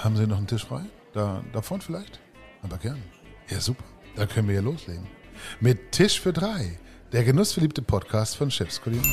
Haben Sie noch einen Tisch frei? Da vorne vielleicht? Aber gern. Ja, super. Dann können wir ja loslegen. Mit Tisch für 3, der genussverliebte Podcast von Chefs Kulinar.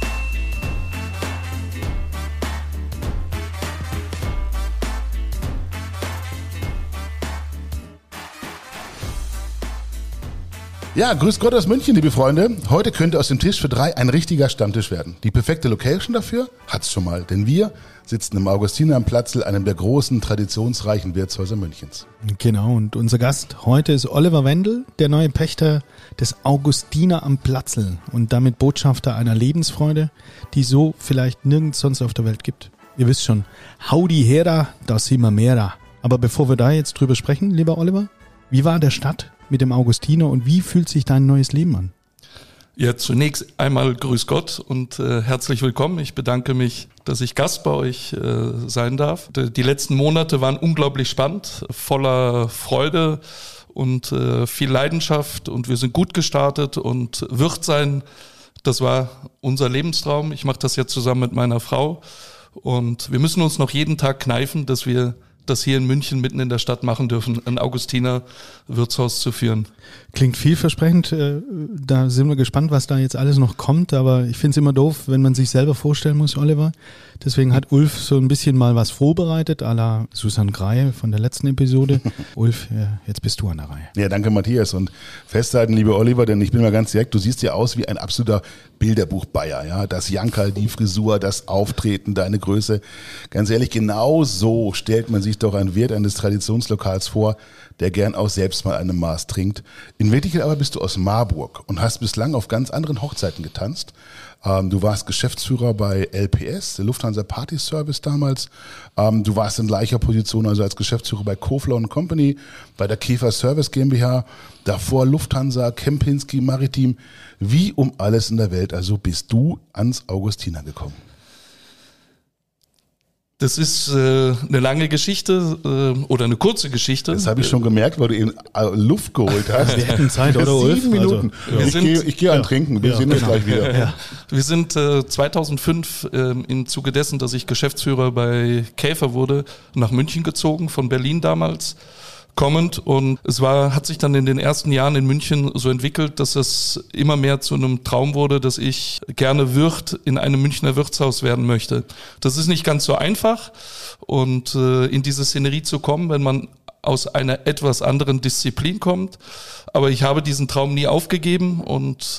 Ja, grüß Gott aus München, liebe Freunde. Heute könnte aus dem Tisch für 3 ein richtiger Stammtisch werden. Die perfekte Location dafür hat's schon mal, denn wir sitzen im Augustiner am Platzl, einem der großen, traditionsreichen Wirtshäuser Münchens. Genau, und unser Gast heute ist Oliver Wendel, der neue Pächter des Augustiner am Platzl und damit Botschafter einer Lebensfreude, die so vielleicht nirgends sonst auf der Welt gibt. Ihr wisst schon, Howdy Hera, da sind wir mehrer. Aber bevor wir da jetzt drüber sprechen, lieber Oliver, wie war der Start mit dem Augustiner und wie fühlt sich dein neues Leben an? Ja, zunächst einmal grüß Gott und herzlich willkommen. Ich bedanke mich, dass ich Gast bei euch sein darf. Die letzten Monate waren unglaublich spannend, voller Freude und viel Leidenschaft und wir sind gut gestartet und Wirt sein, das war unser Lebenstraum. Ich mache das jetzt zusammen mit meiner Frau und wir müssen uns noch jeden Tag kneifen, dass wir das hier in München mitten in der Stadt machen dürfen, ein Augustiner Wirtshaus zu führen. Klingt vielversprechend, da sind wir gespannt, was da jetzt alles noch kommt, aber ich finde es immer doof, wenn man sich selber vorstellen muss, Oliver. Deswegen hat Ulf so ein bisschen mal was vorbereitet, à la Susanne Greie von der letzten Episode. Ulf, jetzt bist du an der Reihe. Ja, danke Matthias und festhalten, lieber Oliver, denn ich bin mal ganz direkt, du siehst ja aus wie ein absoluter Bilderbuch-Bayer, ja, das Jankerl, die Frisur, das Auftreten, deine Größe. Ganz ehrlich, genau so stellt man sich doch einen Wirt eines Traditionslokals vor, der gern auch selbst mal eine Maß trinkt. In Wirklichkeit aber bist du aus Marburg und hast bislang auf ganz anderen Hochzeiten getanzt. Du warst Geschäftsführer bei LPS, der Lufthansa Party Service damals. Du warst in gleicher Position also als Geschäftsführer bei Kofler & Company, bei der Käfer Service GmbH, davor Lufthansa, Kempinski Maritim. Wie um alles in der Welt also bist du ans Augustiner gekommen? Das ist eine lange Geschichte oder eine kurze Geschichte. Das habe ich schon gemerkt, weil du eben Luft geholt hast. Wir hätten Zeit, oder Ulf? 7 Minuten. Also, ich gehe an Trinken, wir sehen uns gleich wieder. Ja. Wir sind 2005 im Zuge dessen, dass ich Geschäftsführer bei Käfer wurde, nach München gezogen, von Berlin damals kommend, und hat sich dann in den ersten Jahren in München so entwickelt, dass es immer mehr zu einem Traum wurde, dass ich gerne Wirt in einem Münchner Wirtshaus werden möchte. Das ist nicht ganz so einfach und in diese Szenerie zu kommen, wenn man aus einer etwas anderen Disziplin kommt. Aber ich habe diesen Traum nie aufgegeben und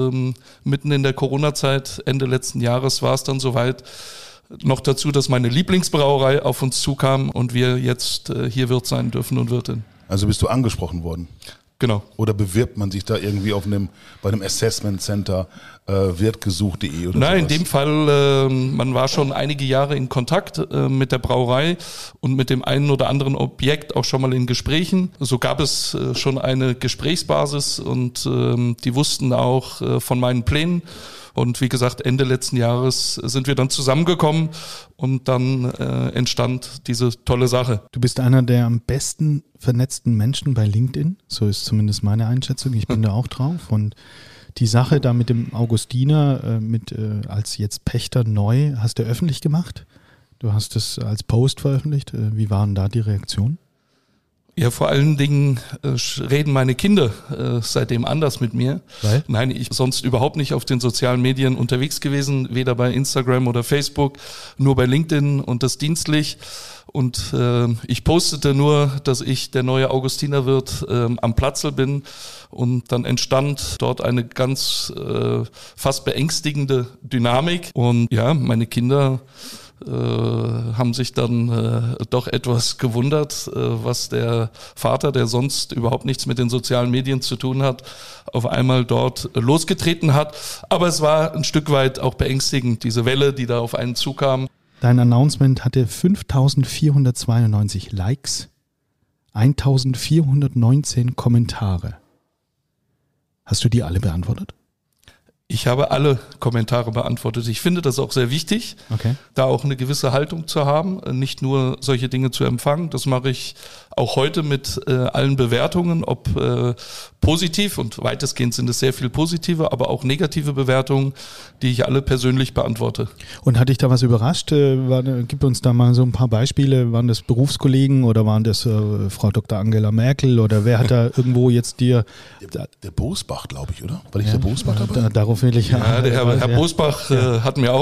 mitten in der Corona-Zeit, Ende letzten Jahres, war es dann soweit. Noch dazu, dass meine Lieblingsbrauerei auf uns zukam und wir jetzt hier Wirt sein dürfen und Wirtin. Also bist du angesprochen worden? Genau. Oder bewirbt man sich da irgendwie bei einem Assessment Center, wirtgesucht.de oder Nein, sowas? in dem Fall, man war schon einige Jahre in Kontakt mit der Brauerei und mit dem einen oder anderen Objekt auch schon mal in Gesprächen. So gab es schon eine Gesprächsbasis und die wussten auch von meinen Plänen. Und wie gesagt, Ende letzten Jahres sind wir dann zusammengekommen und dann entstand diese tolle Sache. Du bist einer der am besten vernetzten Menschen bei LinkedIn, so ist zumindest meine Einschätzung. Ich bin da auch drauf. Und die Sache da mit dem Augustiner, als jetzt Pächter neu, hast du öffentlich gemacht. Du hast es als Post veröffentlicht. Wie waren da die Reaktionen? Ja, vor allen Dingen reden meine Kinder seitdem anders mit mir. Weil? Nein, ich sonst überhaupt nicht auf den sozialen Medien unterwegs gewesen, weder bei Instagram oder Facebook, nur bei LinkedIn und das dienstlich. Und ich postete nur, dass ich der neue Augustiner Wirt am Platzl bin. Und dann entstand dort eine ganz fast beängstigende Dynamik. Und ja, meine Kinder haben sich dann doch etwas gewundert, was der Vater, der sonst überhaupt nichts mit den sozialen Medien zu tun hat, auf einmal dort losgetreten hat. Aber es war ein Stück weit auch beängstigend, diese Welle, die da auf einen zukam. Dein Announcement hatte 5.492 Likes, 1.419 Kommentare. Hast du die alle beantwortet? Ich habe alle Kommentare beantwortet. Ich finde das auch sehr wichtig, da auch eine gewisse Haltung zu haben, nicht nur solche Dinge zu empfangen. Das mache ich auch heute mit allen Bewertungen, ob positiv, und weitestgehend sind es sehr viel positive, aber auch negative Bewertungen, die ich alle persönlich beantworte. Und hat dich da was überrascht? Gib uns da mal so ein paar Beispiele. Waren das Berufskollegen oder waren das Frau Dr. Angela Merkel oder wer hat da irgendwo jetzt dir... Der Bosbach, glaube ich, oder? War nicht der Bosbach dabei? Darauf will ich ja. Der Herr Bosbach hat mich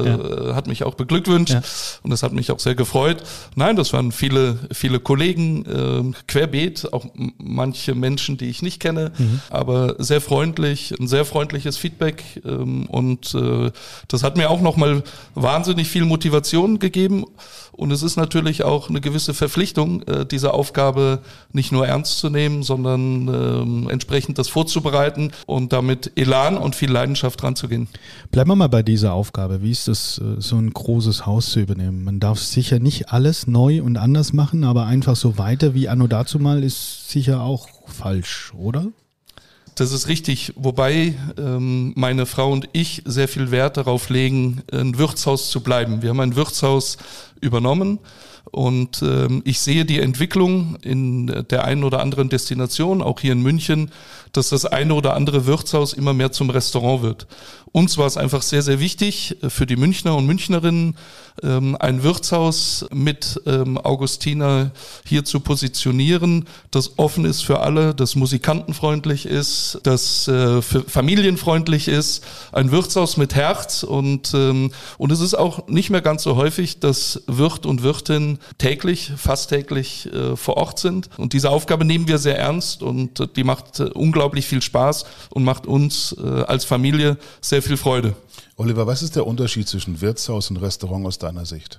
auch beglückwünscht und das hat mich auch sehr gefreut. Nein, das waren viele Kollegen, querbeet, auch manche Menschen, die ich nicht kenne, aber sehr freundlich, ein sehr freundliches Feedback und das hat mir auch nochmal wahnsinnig viel Motivation gegeben und es ist natürlich auch eine gewisse Verpflichtung, diese Aufgabe nicht nur ernst zu nehmen, sondern entsprechend das vorzubereiten und damit Elan und viel Leidenschaft ranzugehen. Bleiben wir mal bei dieser Aufgabe. Wie ist das, so ein großes Haus zu übernehmen? Man darf sicher nicht alles neu und anders machen, aber einfach so weiter wie anno dazumal ist sicher auch falsch, oder? Das ist richtig, wobei meine Frau und ich sehr viel Wert darauf legen, ein Wirtshaus zu bleiben. Wir haben ein Wirtshaus übernommen und ich sehe die Entwicklung in der einen oder anderen Destination, auch hier in München, dass das eine oder andere Wirtshaus immer mehr zum Restaurant wird. Uns war es einfach sehr, sehr wichtig für die Münchner und Münchnerinnen, ein Wirtshaus mit Augustiner hier zu positionieren, das offen ist für alle, das musikantenfreundlich ist, das familienfreundlich ist, ein Wirtshaus mit Herz und es ist auch nicht mehr ganz so häufig, dass Wirt und Wirtin fast täglich vor Ort sind und diese Aufgabe nehmen wir sehr ernst und die macht unglaublich viel Spaß und macht uns als Familie sehr viel Freude. Oliver, was ist der Unterschied zwischen Wirtshaus und Restaurant aus deiner Sicht?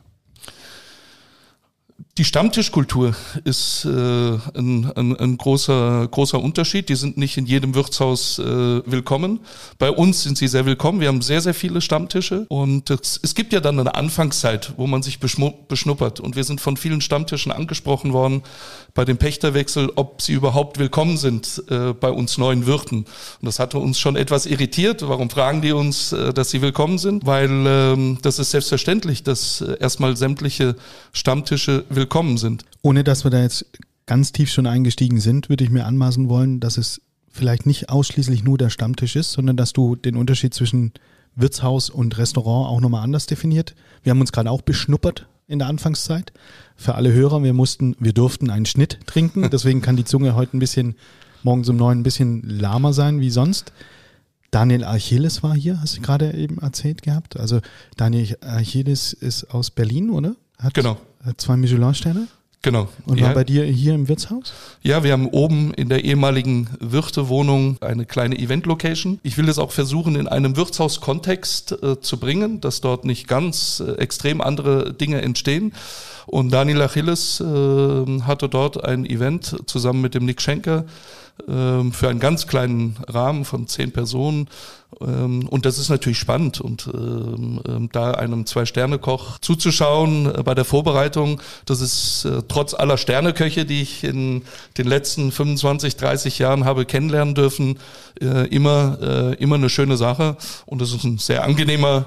Die Stammtischkultur ist ein großer Unterschied. Die sind nicht in jedem Wirtshaus willkommen. Bei uns sind sie sehr willkommen. Wir haben sehr, sehr viele Stammtische. Und es gibt ja dann eine Anfangszeit, wo man sich beschnuppert. Und wir sind von vielen Stammtischen angesprochen worden bei dem Pächterwechsel, ob sie überhaupt willkommen sind bei uns neuen Wirten. Und das hatte uns schon etwas irritiert. Warum fragen die uns, dass sie willkommen sind? Weil das ist selbstverständlich, dass erstmal sämtliche Stammtische willkommen sind. Ohne dass wir da jetzt ganz tief schon eingestiegen sind, würde ich mir anmaßen wollen, dass es vielleicht nicht ausschließlich nur der Stammtisch ist, sondern dass du den Unterschied zwischen Wirtshaus und Restaurant auch nochmal anders definiert. Wir haben uns gerade auch beschnuppert in der Anfangszeit. Für alle Hörer, wir durften einen Schnitt trinken, deswegen kann die Zunge heute morgens um 9 ein bisschen lahmer sein wie sonst. Daniel Achilles war hier, hast du gerade eben erzählt gehabt. Also Daniel Achilles ist aus Berlin, oder? Hat 2 Michelin-Sterne? Genau. Und war bei dir hier im Wirtshaus? Ja, wir haben oben in der ehemaligen Wirtewohnung eine kleine Event-Location. Ich will es auch versuchen, in einem Wirtshaus-Kontext zu bringen, dass dort nicht ganz extrem andere Dinge entstehen. Und Daniel Achilles hatte dort ein Event zusammen mit dem Nick Schenker für einen ganz kleinen Rahmen von 10 Personen. Und das ist natürlich spannend. Und da einem 2-Sterne-Koch zuzuschauen bei der Vorbereitung, das ist trotz aller Sterneköche, die ich in den letzten 25, 30 Jahren habe kennenlernen dürfen, immer eine schöne Sache. Und das ist ein sehr angenehmer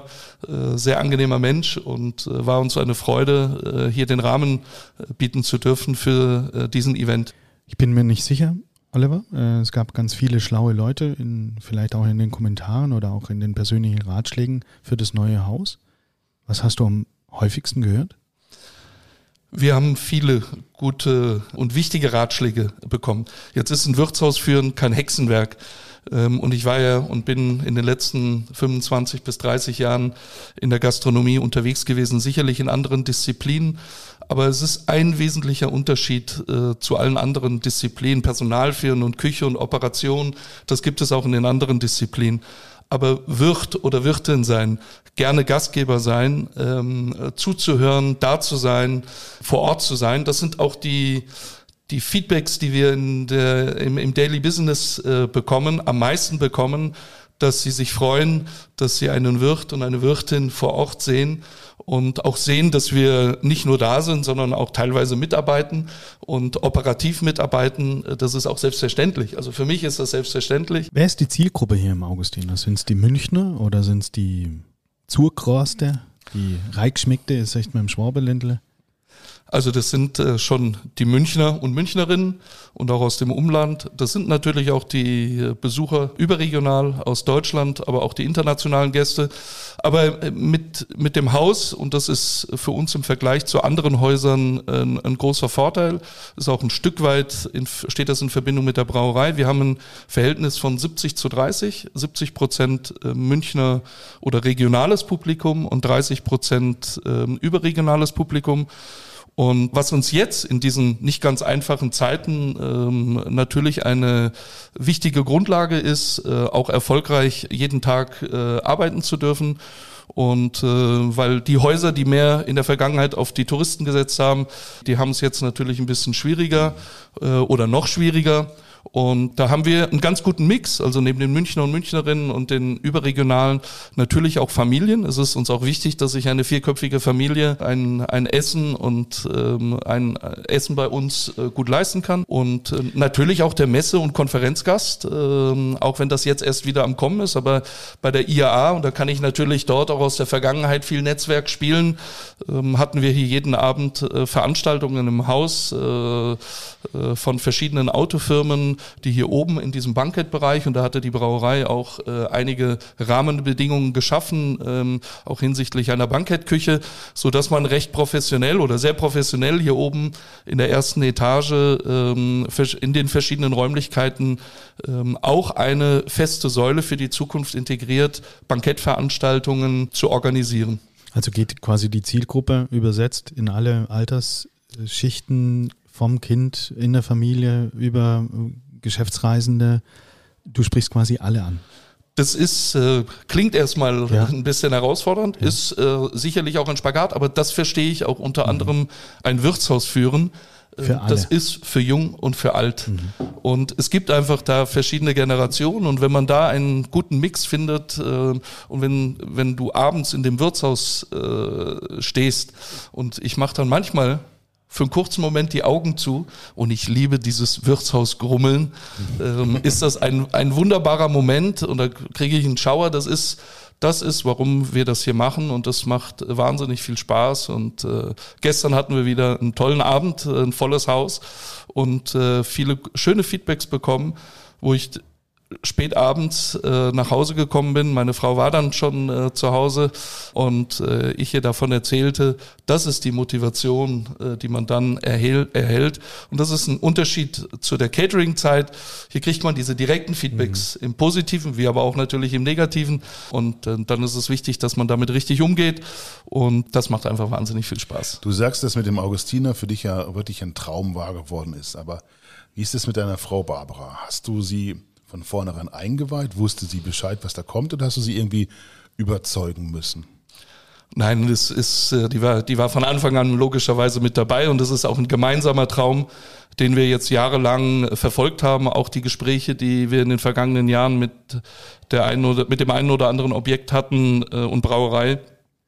Mensch und war uns eine Freude, hier den Rahmen bieten zu dürfen für diesen Event. Ich bin mir nicht sicher, Oliver. Es gab ganz viele schlaue Leute, vielleicht auch in den Kommentaren oder auch in den persönlichen Ratschlägen für das neue Haus. Was hast du am häufigsten gehört? Wir haben viele gute und wichtige Ratschläge bekommen. Jetzt ist ein Wirtshaus führen kein Hexenwerk. Und ich war ja und bin in den letzten 25 bis 30 Jahren in der Gastronomie unterwegs gewesen, sicherlich in anderen Disziplinen. Aber es ist ein wesentlicher Unterschied zu allen anderen Disziplinen, Personal führen und Küche und Operation. Das gibt es auch in den anderen Disziplinen. Aber Wirt oder Wirtin sein, gerne Gastgeber sein, zuzuhören, da zu sein, vor Ort zu sein, das sind auch die Feedbacks, die wir im Daily Business am meisten bekommen, dass sie sich freuen, dass sie einen Wirt und eine Wirtin vor Ort sehen und auch sehen, dass wir nicht nur da sind, sondern auch teilweise mitarbeiten und operativ mitarbeiten. Das ist auch selbstverständlich. Also für mich ist das selbstverständlich. Wer ist die Zielgruppe hier im Augustiner? Sind es die Münchner oder sind es die Zurkraste, die Reichschmeckte, sagt man im Schwaberländle? Also das sind schon die Münchner und Münchnerinnen und auch aus dem Umland. Das sind natürlich auch die Besucher überregional aus Deutschland, aber auch die internationalen Gäste. Aber mit dem Haus, und das ist für uns im Vergleich zu anderen Häusern ein großer Vorteil, ist auch ein Stück weit, steht das in Verbindung mit der Brauerei. Wir haben ein Verhältnis von 70:30, 70% Münchner oder regionales Publikum und 30% überregionales Publikum. Und was uns jetzt in diesen nicht ganz einfachen Zeiten natürlich eine wichtige Grundlage ist, auch erfolgreich jeden Tag arbeiten zu dürfen. Und weil die Häuser, die mehr in der Vergangenheit auf die Touristen gesetzt haben, die haben es jetzt natürlich ein bisschen schwieriger oder noch schwieriger. Und da haben wir einen ganz guten Mix, also neben den Münchner und Münchnerinnen und den überregionalen natürlich auch Familien. Es ist uns auch wichtig, dass sich eine 4-köpfige Familie ein Essen und ein Essen bei uns gut leisten kann. Und natürlich auch der Messe- und Konferenzgast, auch wenn das jetzt erst wieder am Kommen ist, aber bei der IAA, und da kann ich natürlich dort auch aus der Vergangenheit viel Netzwerk spielen, hatten wir hier jeden Abend Veranstaltungen im Haus von verschiedenen Autofirmen, die hier oben in diesem Bankettbereich, und da hatte die Brauerei auch einige Rahmenbedingungen geschaffen, auch hinsichtlich einer Bankettküche, so dass man recht professionell oder sehr professionell hier oben in der ersten Etage in den verschiedenen Räumlichkeiten auch eine feste Säule für die Zukunft integriert, Bankettveranstaltungen zu organisieren. Also geht quasi die Zielgruppe übersetzt in alle Altersschichten, vom Kind in der Familie über Geschäftsreisende. Du sprichst quasi alle an. Das ist, klingt erstmal ein bisschen herausfordernd, ist sicherlich auch ein Spagat, aber das verstehe ich auch unter anderem ein Wirtshaus führen. Für alle. Das ist für jung und für alt. Und es gibt einfach da verschiedene Generationen, und wenn man da einen guten Mix findet und wenn du abends in dem Wirtshaus stehst, und ich mache dann manchmal für einen kurzen Moment die Augen zu und ich liebe dieses Wirtshausgrummeln, ist das ein wunderbarer Moment, und da kriege ich einen Schauer. Das ist, warum wir das hier machen, und das macht wahnsinnig viel Spaß. Und gestern hatten wir wieder einen tollen Abend, ein volles Haus und viele schöne Feedbacks bekommen, wo ich spät abends nach Hause gekommen bin. Meine Frau war dann schon zu Hause und ich ihr davon erzählte, das ist die Motivation, die man dann erhält. Und das ist ein Unterschied zu der Catering-Zeit. Hier kriegt man diese direkten Feedbacks im Positiven, wie aber auch natürlich im Negativen. Und dann ist es wichtig, dass man damit richtig umgeht. Und das macht einfach wahnsinnig viel Spaß. Du sagst, dass mit dem Augustiner für dich ja wirklich ein Traum wahr geworden ist. Aber wie ist es mit deiner Frau Barbara? Hast du sie von vornherein eingeweiht? Wusste sie Bescheid, was da kommt, oder hast du sie irgendwie überzeugen müssen? Nein, das ist, die war von Anfang an logischerweise mit dabei, und das ist auch ein gemeinsamer Traum, den wir jetzt jahrelang verfolgt haben. Auch die Gespräche, die wir in den vergangenen Jahren mit dem einen oder anderen Objekt hatten und Brauerei.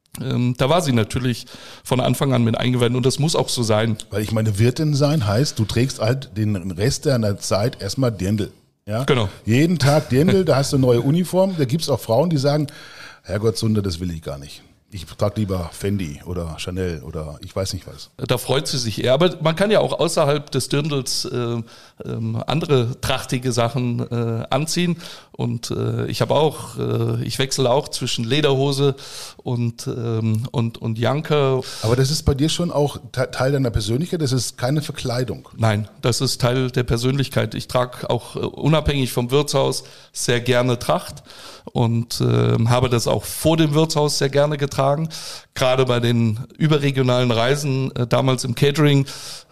Da war sie natürlich von Anfang an mit eingeweiht, und das muss auch so sein. Weil ich meine, Wirtin sein heißt, du trägst halt den Rest deiner Zeit erstmal Dirndl. Ja? Genau. Jeden Tag Dirndl, da hast du eine neue Uniform. Da gibt es auch Frauen, die sagen, Herrgott Sunder, das will ich gar nicht. Ich trage lieber Fendi oder Chanel oder ich weiß nicht was. Da freut sie sich eher. Aber man kann ja auch außerhalb des Dirndls andere trachtige Sachen anziehen. Und ich wechsle auch zwischen Lederhose und Janker. Aber das ist bei dir schon auch Teil deiner Persönlichkeit? Das ist keine Verkleidung? Nein, das ist Teil der Persönlichkeit. Ich trage auch unabhängig vom Wirtshaus sehr gerne Tracht und habe das auch vor dem Wirtshaus sehr gerne getragen. Gerade bei den überregionalen Reisen, damals im Catering,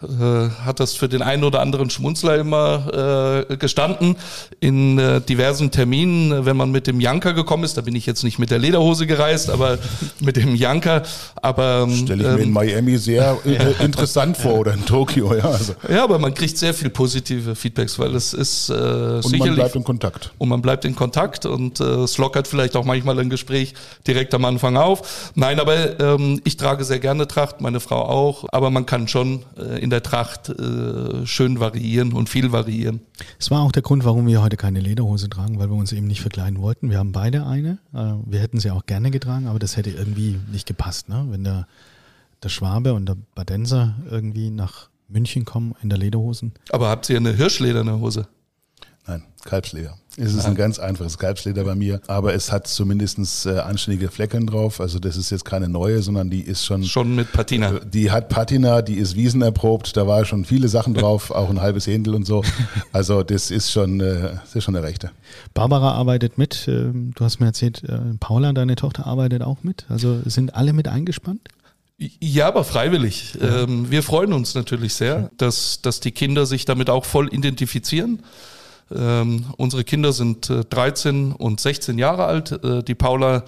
hat das für den einen oder anderen Schmunzler immer gestanden. In diversen Terminen, wenn man mit dem Janker gekommen ist, da bin ich jetzt nicht mit der Lederhose gereist, aber mit dem Janker. Aber stelle ich mir in Miami sehr interessant vor oder in Tokio. Ja, also. Ja, aber man kriegt sehr viel positive Feedbacks, weil es ist sicherlich... Und man bleibt in Kontakt. Und man bleibt in Kontakt, und es lockert vielleicht auch manchmal ein Gespräch direkt am Anfang auf. Nein, aber ich trage sehr gerne Tracht, meine Frau auch, aber man kann schon in der Tracht schön variieren und viel variieren. Es war auch der Grund, warum wir heute keine Lederhose tragen, weil wir uns eben nicht verkleiden wollten. Wir haben beide eine, wir hätten sie auch gerne getragen, aber das hätte irgendwie nicht gepasst, ne? Wenn der Schwabe und der Badenser irgendwie nach München kommen in der Lederhosen. Aber habt ihr eine Hirschlederne Hose? Nein, Kalbsleder. Es ist ein ganz einfaches Kalbsleder bei mir, aber es hat zumindest anständige Flecken drauf. Also das ist jetzt keine neue, sondern die ist schon mit Patina. Die hat Patina, die ist wiesenerprobt, da war schon viele Sachen drauf, auch ein halbes Händel und so. Also das ist schon der Rechte. Barbara arbeitet mit, du hast mir erzählt, Paula, deine Tochter, arbeitet auch mit. Also sind alle mit eingespannt? Ja, aber freiwillig. Wir freuen uns natürlich sehr, dass die Kinder sich damit auch voll identifizieren. Unsere Kinder sind 13 und 16 Jahre alt. Die Paula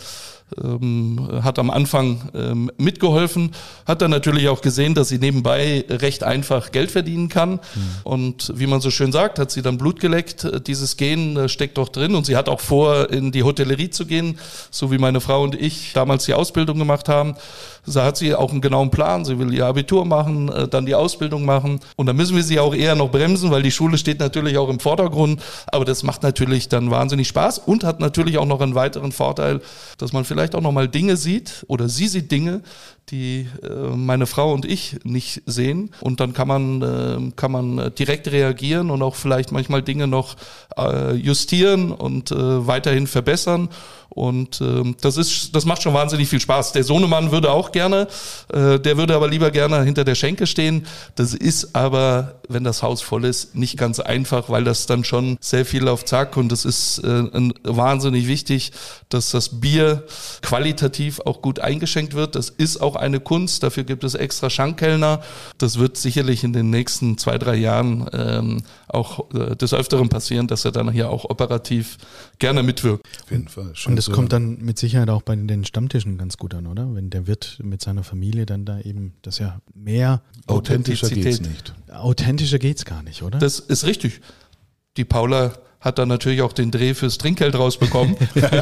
hat am Anfang mitgeholfen, hat dann natürlich auch gesehen, dass sie nebenbei recht einfach Geld verdienen kann. Und wie man so schön sagt, hat sie dann Blut geleckt. Dieses Gen steckt doch drin und sie hat auch vor, in die Hotellerie zu gehen, so wie meine Frau und ich damals die Ausbildung gemacht haben. Da hat sie auch einen genauen Plan. Sie will ihr Abitur machen, dann die Ausbildung machen. Und da müssen wir sie auch eher noch bremsen, weil die Schule steht natürlich auch im Vordergrund. Aber das macht natürlich dann wahnsinnig Spaß und hat natürlich auch noch einen weiteren Vorteil, dass man vielleicht auch nochmal Dinge sieht oder sie sieht Dinge, die meine Frau und ich nicht sehen. Und dann kann man direkt reagieren und auch vielleicht manchmal Dinge noch justieren und weiterhin verbessern. Und das macht schon wahnsinnig viel Spaß. Der Sohnemann würde auch gerne, der würde aber lieber gerne hinter der Schenke stehen. Das ist aber, wenn das Haus voll ist, nicht ganz einfach, weil das dann schon sehr viel auf Zack und es ist wahnsinnig wichtig, dass das Bier qualitativ auch gut eingeschenkt wird. Das ist auch eine Kunst, dafür gibt es extra Schankkellner. Das wird sicherlich in den nächsten 2-3 Jahren auch des Öfteren passieren, dass er dann hier auch operativ gerne mitwirkt. Auf jeden Fall. Schön. Und das kommt dann mit Sicherheit auch bei den Stammtischen ganz gut an, oder? Wenn der Wirt mit seiner Familie dann da eben, das ist ja mehr authentischer geht's nicht. Authentischer geht's gar nicht, oder? Das ist richtig. Die Paula hat dann natürlich auch den Dreh fürs Trinkgeld rausbekommen,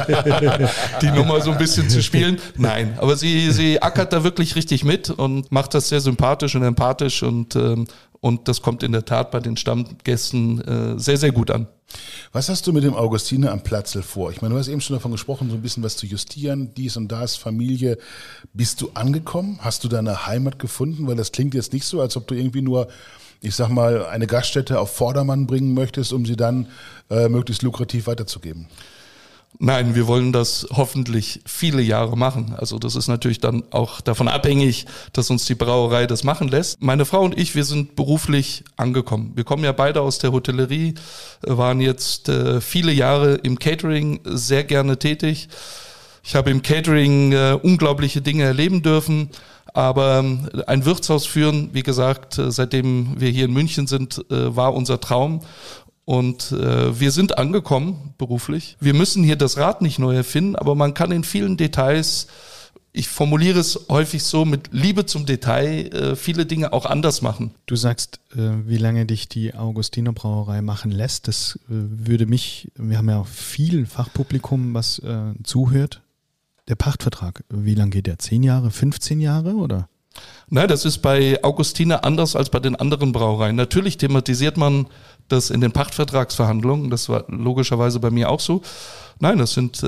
die Nummer so ein bisschen zu spielen. Nein, aber sie ackert da wirklich richtig mit und macht das sehr sympathisch und empathisch und das kommt in der Tat bei den Stammgästen sehr, sehr gut an. Was hast du mit dem Augustiner am Platzl vor? Ich meine, du hast eben schon davon gesprochen, so ein bisschen was zu justieren, dies und das, Familie. Bist du angekommen? Hast du deine Heimat gefunden? Weil das klingt jetzt nicht so, als ob du irgendwie nur, ich sag mal, eine Gaststätte auf Vordermann bringen möchtest, um sie dann möglichst lukrativ weiterzugeben. Nein, wir wollen das hoffentlich viele Jahre machen. Also das ist natürlich dann auch davon abhängig, dass uns die Brauerei das machen lässt. Meine Frau und ich, wir sind beruflich angekommen. Wir kommen ja beide aus der Hotellerie, waren jetzt viele Jahre im Catering sehr gerne tätig. Ich habe im Catering unglaubliche Dinge erleben dürfen. Aber ein Wirtshaus führen, wie gesagt, seitdem wir hier in München sind, war unser Traum. Und wir sind angekommen beruflich. Wir müssen hier das Rad nicht neu erfinden, aber man kann in vielen Details, ich formuliere es häufig so, mit Liebe zum Detail viele Dinge auch anders machen. Du sagst, wie lange dich die Augustiner Brauerei machen lässt. Das würde mich, wir haben ja viel Fachpublikum, was zuhört. Der Pachtvertrag, wie lange geht der? 10 Jahre, 15 Jahre oder? Nein, das ist bei Augustiner anders als bei den anderen Brauereien. Natürlich thematisiert man das in den Pachtvertragsverhandlungen, das war logischerweise bei mir auch so. Nein, das sind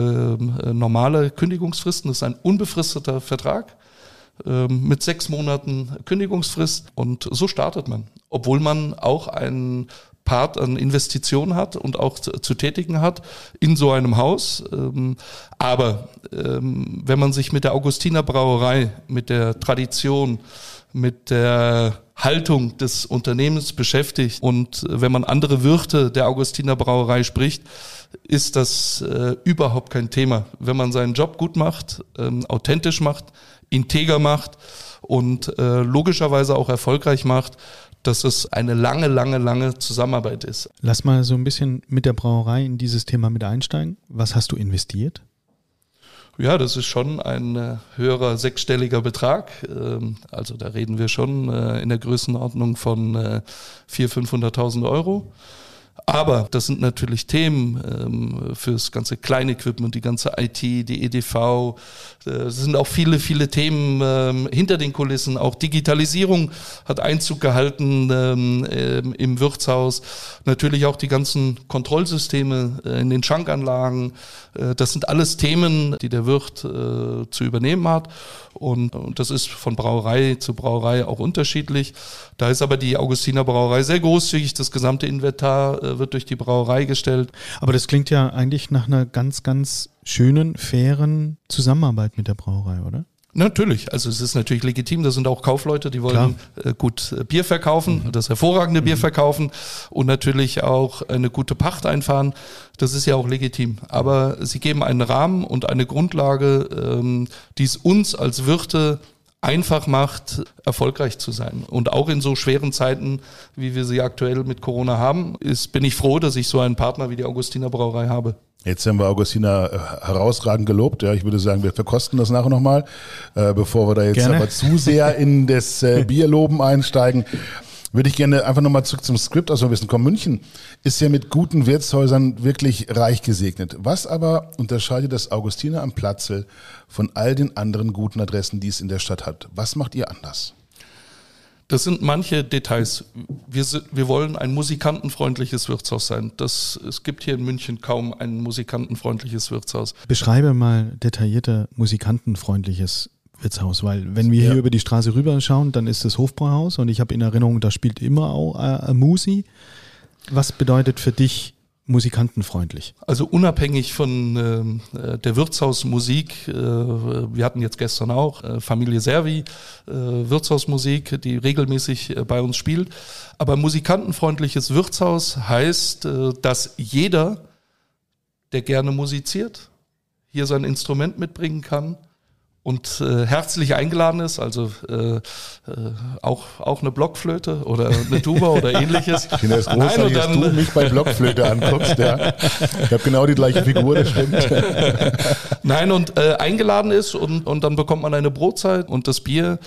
normale Kündigungsfristen, das ist ein unbefristeter Vertrag mit 6 Monaten Kündigungsfrist und so startet man. Obwohl man auch einen Part an Investitionen hat und auch zu tätigen hat in so einem Haus. Aber wenn man sich mit der Augustiner Brauerei, mit der Tradition, mit der Haltung des Unternehmens beschäftigt und wenn man andere Wirte der Augustiner Brauerei spricht, ist das überhaupt kein Thema. Wenn man seinen Job gut macht, authentisch macht, integer macht und logischerweise auch erfolgreich macht, dass es eine lange Zusammenarbeit ist. Lass mal so ein bisschen mit der Brauerei in dieses Thema mit einsteigen. Was hast du investiert? Ja, das ist schon ein höherer 6-stelliger Betrag. Also da reden wir schon in der Größenordnung von 400.000, 500.000 Euro. Aber das sind natürlich Themen fürs ganze Kleinequipment, die ganze IT, die EDV. Es sind auch viele, viele Themen hinter den Kulissen. Auch Digitalisierung hat Einzug gehalten im Wirtshaus. Natürlich auch die ganzen Kontrollsysteme in den Schankanlagen. Das sind alles Themen, die der Wirt zu übernehmen hat. Und das ist von Brauerei zu Brauerei auch unterschiedlich. Da ist aber die Augustiner Brauerei sehr großzügig. Das gesamte Inventar wird durch die Brauerei gestellt. Aber das klingt ja eigentlich nach einer ganz, ganz schönen, fairen Zusammenarbeit mit der Brauerei, oder? Natürlich, also es ist natürlich legitim, da sind auch Kaufleute, die wollen gut Bier verkaufen, das hervorragende Bier verkaufen und natürlich auch eine gute Pacht einfahren, das ist ja auch legitim. Aber sie geben einen Rahmen und eine Grundlage, die es uns als Wirte einfach macht, erfolgreich zu sein. Und auch in so schweren Zeiten, wie wir sie aktuell mit Corona haben, bin ich froh, dass ich so einen Partner wie die Augustiner Brauerei habe. Jetzt haben wir Augustiner herausragend gelobt. Ja, ich würde sagen, wir verkosten das nachher nochmal, bevor wir da jetzt aber zu sehr in das Bierloben einsteigen. Würde ich gerne einfach nochmal zurück zum Skript aus Wissen kommen. München ist ja mit guten Wirtshäusern wirklich reich gesegnet. Was aber unterscheidet das Augustiner am Platzl von all den anderen guten Adressen, die es in der Stadt hat? Was macht ihr anders? Das sind manche Details. Wir wollen ein musikantenfreundliches Wirtshaus sein. Es gibt hier in München kaum ein musikantenfreundliches Wirtshaus. Beschreibe mal detaillierter musikantenfreundliches Wirtshaus, weil wenn wir hier über die Straße rüber schauen, dann ist das Hofbräuhaus und ich habe in Erinnerung, da spielt immer auch Musi. Was bedeutet für dich musikantenfreundlich? Also unabhängig von der Wirtshausmusik, wir hatten jetzt gestern auch Familie Servi, Wirtshausmusik, die regelmäßig bei uns spielt. Aber musikantenfreundliches Wirtshaus heißt, dass jeder, der gerne musiziert, hier sein Instrument mitbringen kann und herzlich eingeladen ist, also auch eine Blockflöte oder eine Tuba oder ähnliches. Ich finde das großartig, dass du mich bei Blockflöte anguckst. Ja. Ich habe genau die gleiche Figur, das stimmt. Nein, und eingeladen ist und dann bekommt man eine Brotzeit und das Bier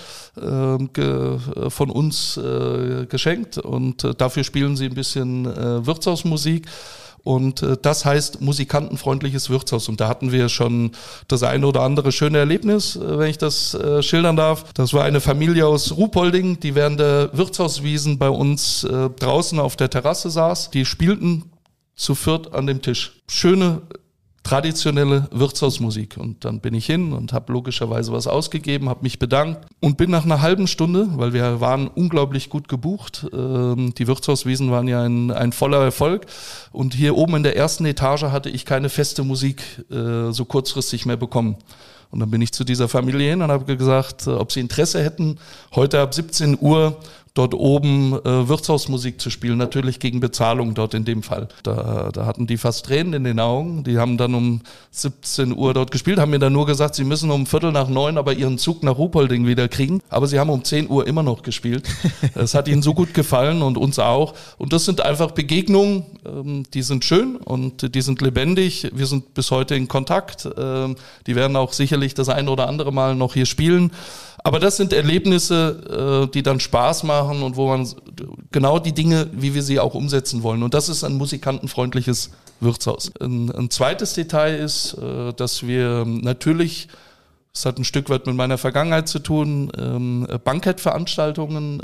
von uns geschenkt und dafür spielen sie ein bisschen Wirtshausmusik. Und das heißt musikantenfreundliches Wirtshaus. Und da hatten wir schon das eine oder andere schöne Erlebnis, wenn ich das schildern darf. Das war eine Familie aus Ruhpolding, die während der Wirtshauswiesen bei uns draußen auf der Terrasse saß. Die spielten zu viert an dem Tisch. Schöne, traditionelle Wirtshausmusik. Und dann bin ich hin und habe logischerweise was ausgegeben, habe mich bedankt und bin nach einer halben Stunde, weil wir waren unglaublich gut gebucht, die Wirtshauswiesen waren ja ein voller Erfolg und hier oben in der ersten Etage hatte ich keine feste Musik so kurzfristig mehr bekommen. Und dann bin ich zu dieser Familie hin und habe gesagt, ob sie Interesse hätten, heute ab 17 Uhr dort oben Wirtshausmusik zu spielen, natürlich gegen Bezahlung dort in dem Fall. Da hatten die fast Tränen in den Augen. Die haben dann um 17 Uhr dort gespielt, haben mir dann nur gesagt, sie müssen um 8:45 aber ihren Zug nach Ruhpolding wieder kriegen. Aber sie haben um 10 Uhr immer noch gespielt. Das hat ihnen so gut gefallen und uns auch. Und das sind einfach Begegnungen, die sind schön und die sind lebendig. Wir sind bis heute in Kontakt. Die werden auch sicherlich das ein oder andere Mal noch hier spielen. Aber das sind Erlebnisse, die dann Spaß machen und wo man genau die Dinge, wie wir sie auch umsetzen wollen. Und das ist ein musikantenfreundliches Wirtshaus. Ein zweites Detail ist, dass wir natürlich, es hat ein Stück weit mit meiner Vergangenheit zu tun, Bankettveranstaltungen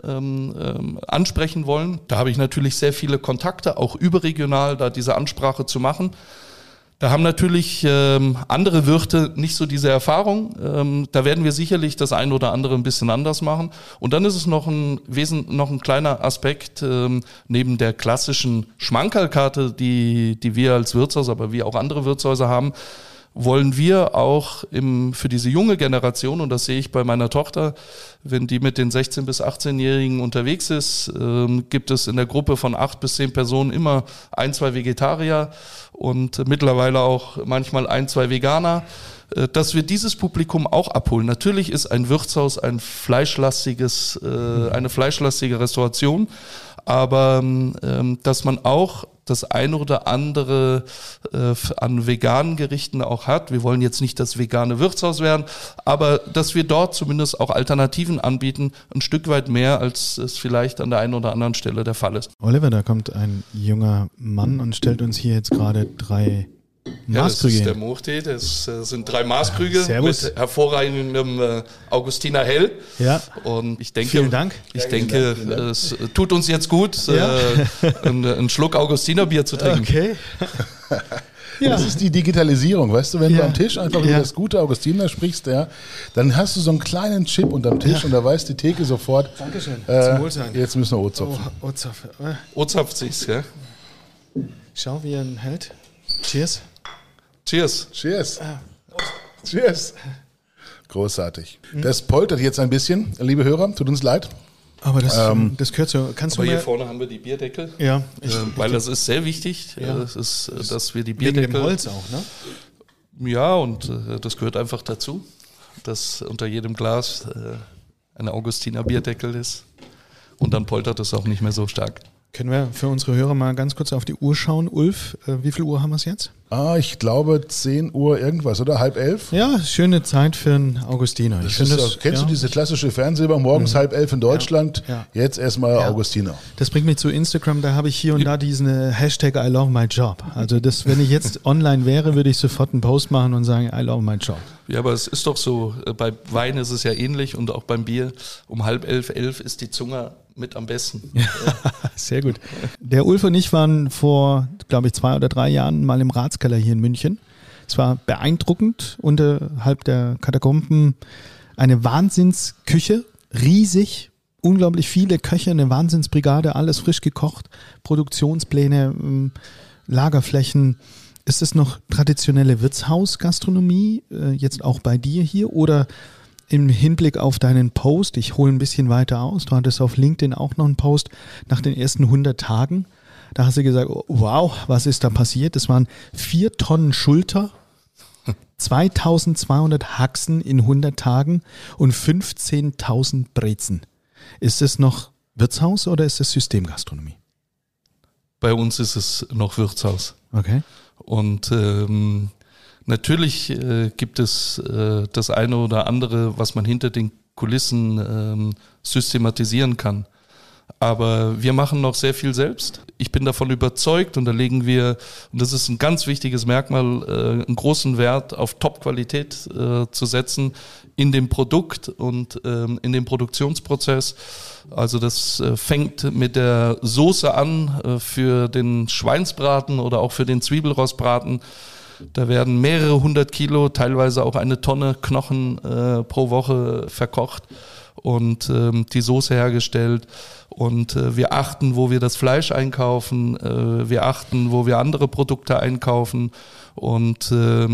ansprechen wollen. Da habe ich natürlich sehr viele Kontakte, auch überregional, da diese Ansprache zu machen. Da haben natürlich andere Wirte nicht so diese Erfahrung. Da werden wir sicherlich das ein oder andere ein bisschen anders machen. Und dann ist es noch ein kleiner Aspekt, neben der klassischen Schmankerlkarte, die wir als Wirtshaus, aber wie auch andere Wirtshäuser haben, wollen wir auch für diese junge Generation, und das sehe ich bei meiner Tochter, wenn die mit den 16- bis 18-Jährigen unterwegs ist, gibt es in der Gruppe von 8 bis 10 Personen immer 1, 2 Vegetarier und mittlerweile auch manchmal 1, 2 Veganer, dass wir dieses Publikum auch abholen. Natürlich ist ein Wirtshaus eine fleischlastige Restauration, aber dass man auch das eine oder andere an veganen Gerichten auch hat. Wir wollen jetzt nicht das vegane Wirtshaus werden, aber dass wir dort zumindest auch Alternativen anbieten, ein Stück weit mehr, als es vielleicht an der einen oder anderen Stelle der Fall ist. Oliver, da kommt ein junger Mann und stellt uns hier jetzt gerade 3 Ja, das Maßkrüge. ist der Muchti, das sind 3 Maßkrüge Servus. mit hervorragendem Augustiner Hell. Ja. Und ich denke, Vielen Dank. Es tut uns jetzt gut, Ja. einen Schluck Augustiner Bier zu trinken. Okay. Ja. Das ist die Digitalisierung, weißt du, wenn du Ja. am Tisch einfach Ja. über das gute Augustiner sprichst, ja, dann hast du so einen kleinen Chip unterm Tisch und da weiß die Theke sofort, Dankeschön. Zum Wohlsein. jetzt müssen wir O-Zopfen. Oh, Ozapf. Ozapft sich's, ja? Schau, wie er ihn hält. Cheers. Cheers. Cheers. Cheers. Großartig. Das poltert jetzt ein bisschen, liebe Hörer, tut uns leid. Aber das gehört so. Kannst Aber du hier mir... vorne haben wir die Bierdeckel. Ja. Weil das ist sehr wichtig, Ja. das ist, dass wir die wegen Bierdeckel... dem Holz auch, ne? Ja, und das gehört einfach dazu, dass unter jedem Glas ein Augustiner Bierdeckel ist. Und dann poltert es auch nicht mehr so stark. Können wir für unsere Hörer mal ganz kurz auf die Uhr schauen? Ulf, wie viel Uhr haben wir es jetzt? Ich glaube 10 Uhr irgendwas, oder? 10:30? Ja, schöne Zeit für einen Augustiner. Das ist doch, kennst du diese klassische Fernsehbar morgens 10:30 in Deutschland? Ja. Jetzt erstmal Ja. Augustiner. Das bringt mich zu Instagram, da habe ich hier und da diesen Hashtag I love my job. Also das, wenn ich jetzt online wäre, würde ich sofort einen Post machen und sagen, I love my job. Ja, aber es ist doch so, bei Wein ist es ja ähnlich und auch beim Bier. Um 10:30, 11 ist die Zunge mit am besten. Sehr gut. Der Ulf und ich waren vor, glaube ich, 2 oder 3 Jahren mal im Ratskeller hier in München. Es war beeindruckend, unterhalb der Katakomben eine Wahnsinnsküche, riesig, unglaublich viele Köche, eine Wahnsinnsbrigade, alles frisch gekocht, Produktionspläne, Lagerflächen. Ist es noch traditionelle Wirtshausgastronomie, jetzt auch bei dir hier, oder im Hinblick auf deinen Post, ich hole ein bisschen weiter aus, du hattest auf LinkedIn auch noch einen Post nach den ersten 100 Tagen, da hast du gesagt, wow, was ist da passiert? Das waren 4 Tonnen Schulter, 2200 Haxen in 100 Tagen und 15.000 Brezen. Ist es noch Wirtshaus oder ist es Systemgastronomie? Bei uns ist es noch Wirtshaus. Okay. Und natürlich gibt es das eine oder andere, was man hinter den Kulissen systematisieren kann. Aber wir machen noch sehr viel selbst. Ich bin davon überzeugt und da legen wir, und das ist ein ganz wichtiges Merkmal, einen großen Wert auf Top-Qualität zu setzen in dem Produkt und in dem Produktionsprozess. Also das fängt mit der Soße an für den Schweinsbraten oder auch für den Zwiebelrostbraten. Da werden mehrere 100 Kilo, teilweise auch 1 Tonne Knochen pro Woche verkocht und die Soße hergestellt. Und wir achten, wo wir das Fleisch einkaufen, wir achten, wo wir andere Produkte einkaufen. Und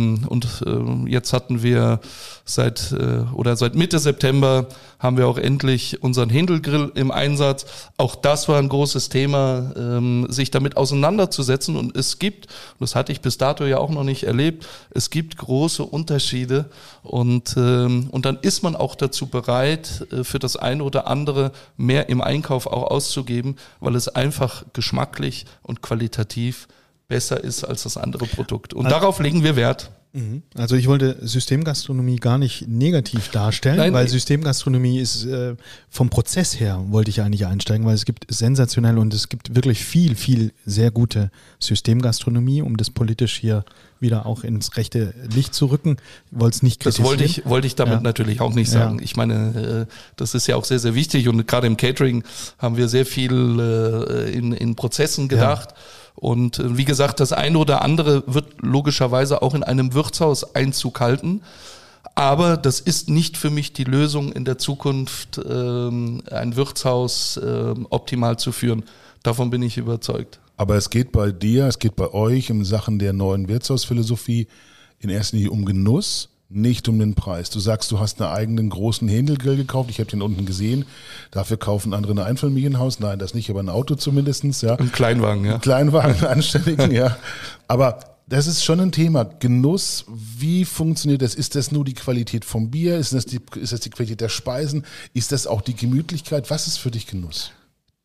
jetzt hatten wir seit Mitte September haben wir auch endlich unseren Händelgrill im Einsatz. Auch das war ein großes Thema, sich damit auseinanderzusetzen. Und es gibt, das hatte ich bis dato ja auch noch nicht erlebt, es gibt große Unterschiede. Und dann ist man auch dazu bereit, für das eine oder andere mehr im Einkauf auch auszugeben, weil es einfach geschmacklich und qualitativ besser ist als das andere Produkt. Und darauf legen wir Wert. Also ich wollte Systemgastronomie gar nicht negativ darstellen, Nein, weil Systemgastronomie ist vom Prozess her wollte ich eigentlich einsteigen, weil es gibt sensationell und es gibt wirklich viel sehr gute Systemgastronomie, um das politisch hier wieder auch ins rechte Licht zu rücken. Ich wollte es nicht Das kritisieren. wollte ich damit natürlich auch nicht sagen. Ja. Ich meine, das ist ja auch sehr, sehr wichtig und gerade im Catering haben wir sehr viel in Prozessen gedacht. Ja. Und wie gesagt, das eine oder andere wird logischerweise auch in einem Wirtshaus Einzug halten. Aber das ist nicht für mich die Lösung in der Zukunft, ein Wirtshaus optimal zu führen. Davon bin ich überzeugt. Aber es geht bei dir, es geht bei euch in Sachen der neuen Wirtshausphilosophie in erster Linie um Genuss, nicht um den Preis. Du sagst, du hast einen eigenen großen Händelgrill gekauft. Ich habe den unten gesehen. Dafür kaufen andere ein Einfamilienhaus. Nein, das nicht, aber ein Auto zumindestens. Ja. Ein Kleinwagen, ja. Ein Kleinwagen, einen anständigen, ja. Aber das ist schon ein Thema. Genuss, wie funktioniert das? Ist das nur die Qualität vom Bier? Ist das die Qualität der Speisen? Ist das auch die Gemütlichkeit? Was ist für dich Genuss?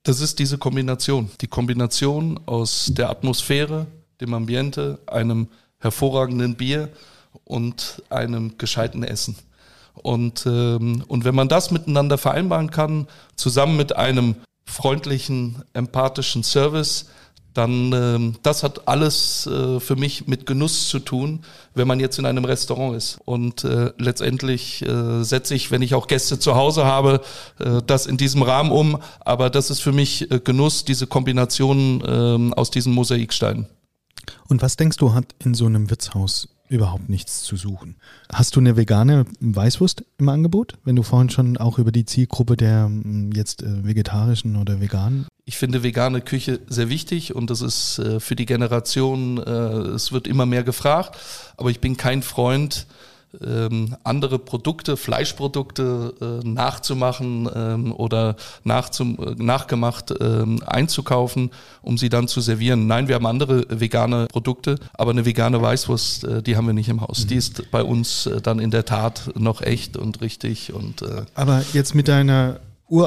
Das ist diese Kombination. Die Kombination aus der Atmosphäre, dem Ambiente, einem hervorragenden Bier und einem gescheiten Essen. Und wenn man das miteinander vereinbaren kann, zusammen mit einem freundlichen, empathischen Service, dann das hat alles für mich mit Genuss zu tun, wenn man jetzt in einem Restaurant ist. Und letztendlich setze ich, wenn ich auch Gäste zu Hause habe, das in diesem Rahmen um. Aber das ist für mich Genuss, diese Kombination aus diesen Mosaiksteinen. Und was denkst du, hat in so einem Wirtshaus überhaupt nichts zu suchen? Hast du eine vegane Weißwurst im Angebot? Wenn du vorhin schon auch über die Zielgruppe der jetzt vegetarischen oder veganen. Ich finde vegane Küche sehr wichtig und das ist für die Generation, es wird immer mehr gefragt, aber ich bin kein Freund, andere Produkte, Fleischprodukte nachzumachen oder nachgemacht einzukaufen, um sie dann zu servieren. Nein, wir haben andere vegane Produkte, aber eine vegane Weißwurst, die haben wir nicht im Haus. Die ist bei uns dann in der Tat noch echt und richtig. Aber jetzt mit deiner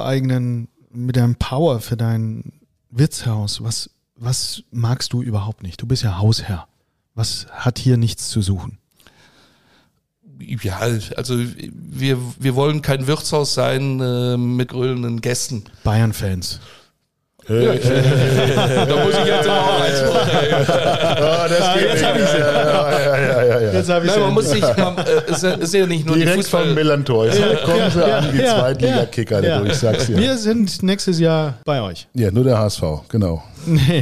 mit deinem Power für dein Wirtshaus, was magst du überhaupt nicht? Du bist ja Hausherr. Was hat hier nichts zu suchen? Ja, also wir wollen kein Wirtshaus sein mit grölenden Gästen. Bayern-Fans. Da muss ich jetzt auch eins machen. Das geht jetzt habe ich sie. Jetzt habe ich Nein, man muss sich, es ist ja nicht nur direkt die Fußball. vom Millantor. Jetzt kommen sie an wie Zweitliga-Kicker, ich sag's dir. Wir sind nächstes Jahr bei euch. Ja, nur der HSV, genau. Nee.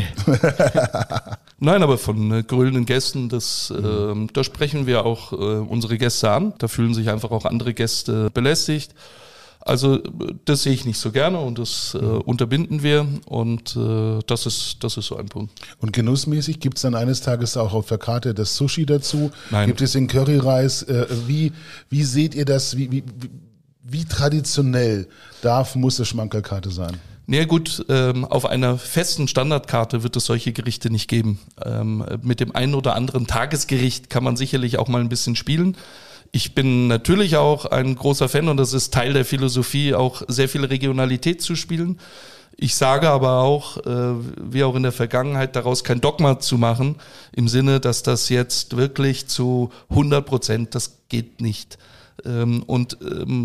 Nein, aber von grölenden Gästen, da sprechen wir auch unsere Gäste an. Da fühlen sich einfach auch andere Gäste belästigt. Also das sehe ich nicht so gerne und das unterbinden wir und das ist so ein Punkt. Und genussmäßig gibt es dann eines Tages auch auf der Karte das Sushi dazu? Nein. Gibt es den Curryreis? Wie seht ihr das? Wie traditionell muss es Schmankerlkarte sein? Na gut, auf einer festen Standardkarte wird es solche Gerichte nicht geben. Mit dem einen oder anderen Tagesgericht kann man sicherlich auch mal ein bisschen spielen. Ich bin natürlich auch ein großer Fan und das ist Teil der Philosophie, auch sehr viel Regionalität zu spielen. Ich sage aber auch, wie auch in der Vergangenheit, daraus kein Dogma zu machen, im Sinne, dass das jetzt wirklich zu 100%, das geht nicht. Und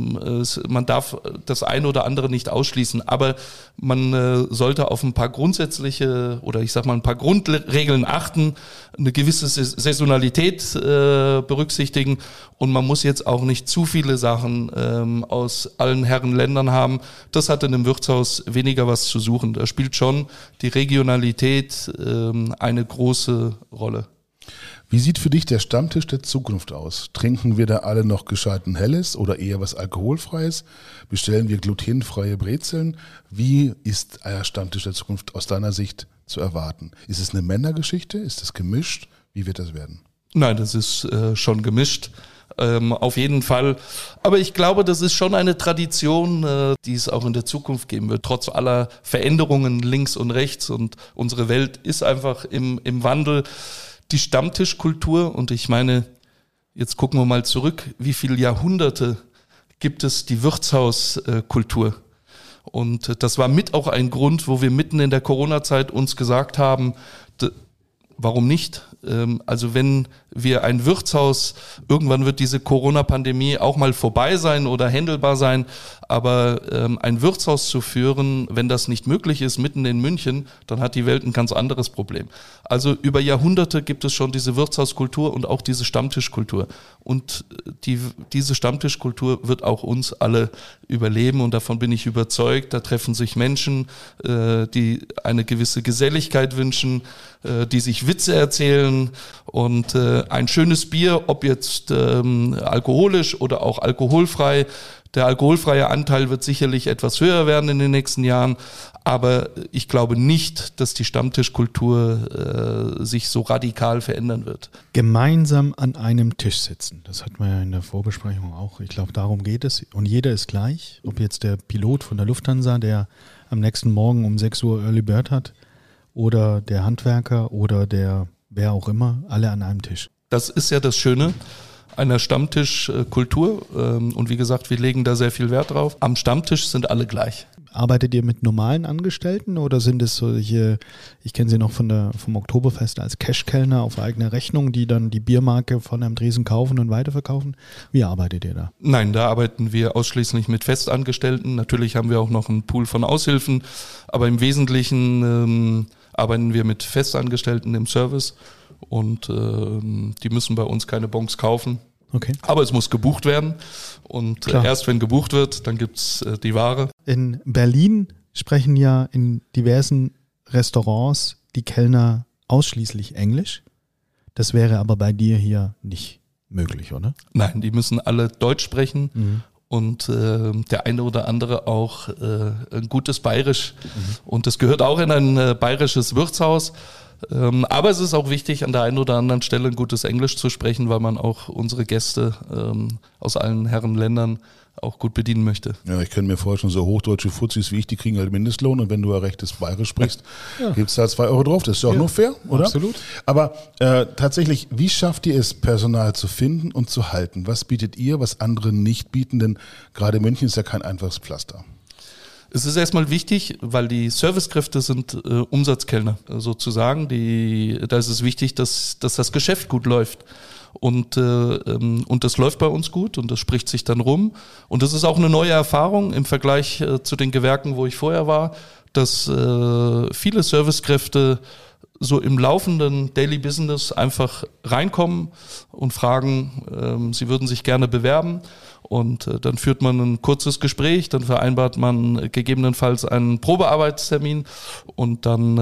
man darf das eine oder andere nicht ausschließen, aber man sollte auf ein paar grundsätzliche oder ich sag mal ein paar Grundregeln achten, eine gewisse Saisonalität berücksichtigen und man muss jetzt auch nicht zu viele Sachen aus allen Herren Ländern haben. Das hat in einem Wirtshaus weniger was zu suchen. Da spielt schon die Regionalität eine große Rolle. Wie sieht für dich der Stammtisch der Zukunft aus? Trinken wir da alle noch gescheiten Helles oder eher was Alkoholfreies? Bestellen wir glutenfreie Brezeln? Wie ist euer Stammtisch der Zukunft aus deiner Sicht zu erwarten? Ist es eine Männergeschichte? Ist es gemischt? Wie wird das werden? Nein, das ist schon gemischt. Auf jeden Fall. Aber ich glaube, das ist schon eine Tradition, die es auch in der Zukunft geben wird, trotz aller Veränderungen links und rechts. Und unsere Welt ist einfach im Wandel. Die Stammtischkultur, und ich meine, jetzt gucken wir mal zurück, wie viele Jahrhunderte gibt es die Wirtshauskultur? Und das war mit auch ein Grund, wo wir mitten in der Corona-Zeit uns gesagt haben, warum nicht? Also wenn wir ein Wirtshaus, irgendwann wird diese Corona-Pandemie auch mal vorbei sein oder händelbar sein, aber ein Wirtshaus zu führen, wenn das nicht möglich ist, mitten in München, dann hat die Welt ein ganz anderes Problem. Also über Jahrhunderte gibt es schon diese Wirtshauskultur und auch diese Stammtischkultur. Und diese Stammtischkultur wird auch uns alle überleben und davon bin ich überzeugt. Da treffen sich Menschen, die eine gewisse Geselligkeit wünschen, die sich Witze erzählen und ein schönes Bier, ob jetzt alkoholisch oder auch alkoholfrei. Der alkoholfreie Anteil wird sicherlich etwas höher werden in den nächsten Jahren, aber ich glaube nicht, dass die Stammtischkultur sich so radikal verändern wird. Gemeinsam an einem Tisch sitzen, das hatten wir ja in der Vorbesprechung auch. Ich glaube, darum geht es und jeder ist gleich, ob jetzt der Pilot von der Lufthansa, der am nächsten Morgen um 6 Uhr Early Bird hat, oder der Handwerker oder der wer auch immer, alle an einem Tisch. Das ist ja das Schöne einer Stammtischkultur und wie gesagt, wir legen da sehr viel Wert drauf. Am Stammtisch sind alle gleich. arbeitet ihr mit normalen Angestellten oder sind es solche, ich kenne sie noch vom Oktoberfest als Cash-Kellner auf eigene Rechnung, die dann die Biermarke von einem Dresen kaufen und weiterverkaufen? Wie arbeitet ihr da? Nein, da arbeiten wir ausschließlich mit Festangestellten. Natürlich haben wir auch noch einen Pool von Aushilfen, aber im Wesentlichen arbeiten wir mit Festangestellten im Service und die müssen bei uns keine Bons kaufen. Okay. Aber es muss gebucht werden und erst wenn gebucht wird, dann gibt's die Ware. In Berlin sprechen ja in diversen Restaurants die Kellner ausschließlich Englisch. Das wäre aber bei dir hier nicht möglich, oder? Nein, die müssen alle Deutsch sprechen und der eine oder andere auch ein gutes Bayerisch. Und das gehört auch in ein bayerisches Wirtshaus. Aber es ist auch wichtig, an der einen oder anderen Stelle ein gutes Englisch zu sprechen, weil man auch unsere Gäste aus allen Herrenländern auch gut bedienen möchte. Ja, ich kann mir vorstellen, so hochdeutsche Fuzis wie ich, die kriegen halt Mindestlohn und wenn du ja rechtes Bayerisch sprichst, gibt's da 2 Euro drauf. Das ist ja auch nur fair, oder? Absolut. Aber tatsächlich, wie schafft ihr es, Personal zu finden und zu halten? Was bietet ihr, was andere nicht bieten? Denn gerade München ist ja kein einfaches Pflaster. Es ist erstmal wichtig, weil die Servicekräfte sind Umsatzkellner sozusagen. Da ist es wichtig, dass das Geschäft gut läuft. Und das läuft bei uns gut und das spricht sich dann rum. Und das ist auch eine neue Erfahrung im Vergleich zu den Gewerken, wo ich vorher war, dass viele Servicekräfte so im laufenden Daily Business einfach reinkommen und fragen, sie würden sich gerne bewerben. Und dann führt man ein kurzes Gespräch, dann vereinbart man gegebenenfalls einen Probearbeitstermin und dann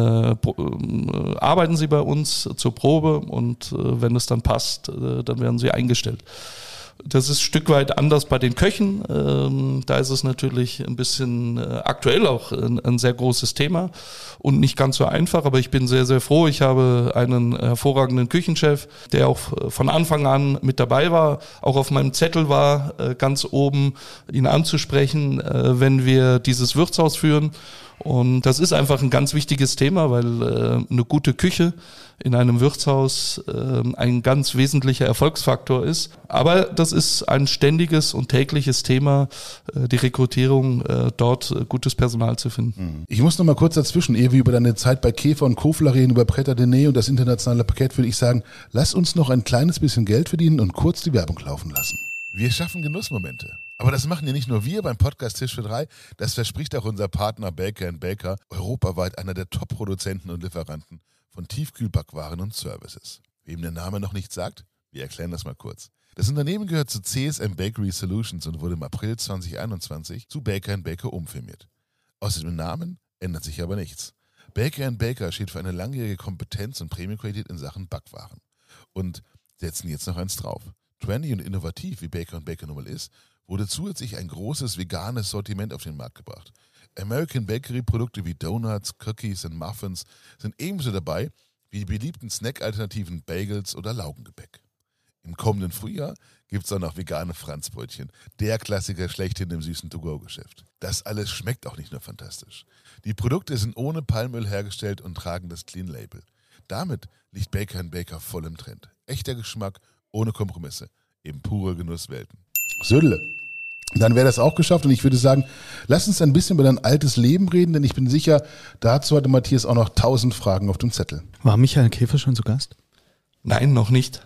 arbeiten sie bei uns zur Probe und wenn es dann passt, dann werden sie eingestellt. Das ist ein Stück weit anders bei den Köchen. Da ist es natürlich ein bisschen aktuell auch ein sehr großes Thema und nicht ganz so einfach. Aber ich bin sehr, sehr froh. Ich habe einen hervorragenden Küchenchef, der auch von Anfang an mit dabei war. Auch auf meinem Zettel war ganz oben, ihn anzusprechen, wenn wir dieses Wirtshaus führen. Und das ist einfach ein ganz wichtiges Thema, weil eine gute Küche in einem Wirtshaus ein ganz wesentlicher Erfolgsfaktor ist. Aber das ist ein ständiges und tägliches Thema, die Rekrutierung, dort gutes Personal zu finden. Ich muss noch mal kurz dazwischen, ehe wir über deine Zeit bei Käfer und Kofler reden, über Pret à Dîner und das internationale Paket, würde ich sagen, lass uns noch ein kleines bisschen Geld verdienen und kurz die Werbung laufen lassen. Wir schaffen Genussmomente. Aber das machen ja nicht nur wir beim Podcast Tisch für 3, das verspricht auch unser Partner Baker & Baker, europaweit einer der Top-Produzenten und Lieferanten von Tiefkühlbackwaren und Services. Wem der Name noch nichts sagt, wir erklären das mal kurz. Das Unternehmen gehört zu CSM Bakery Solutions und wurde im April 2021 zu Baker & Baker umfirmiert. Außer dem Namen ändert sich aber nichts. Baker & Baker steht für eine langjährige Kompetenz und Premium-Qualität in Sachen Backwaren. Und setzen jetzt noch eins drauf. Trendy und innovativ, wie Baker & Baker nun mal ist, wurde zusätzlich ein großes veganes Sortiment auf den Markt gebracht. American Bakery Produkte wie Donuts, Cookies und Muffins sind ebenso dabei wie die beliebten Snack-Alternativen Bagels oder Laugengebäck. Im kommenden Frühjahr gibt es auch noch vegane Franzbrötchen, der Klassiker schlechthin im süßen To-Go-Geschäft. Das alles schmeckt auch nicht nur fantastisch. Die Produkte sind ohne Palmöl hergestellt und tragen das Clean Label. Damit liegt Baker & Baker voll im Trend. Echter Geschmack, ohne Kompromisse, eben pure Genusswelten. Södele, dann wäre das auch geschafft und ich würde sagen, lass uns ein bisschen über dein altes Leben reden, denn ich bin sicher, dazu hatte Matthias auch noch 1000 Fragen auf dem Zettel. War Michael Käfer schon zu Gast? Nein, noch nicht.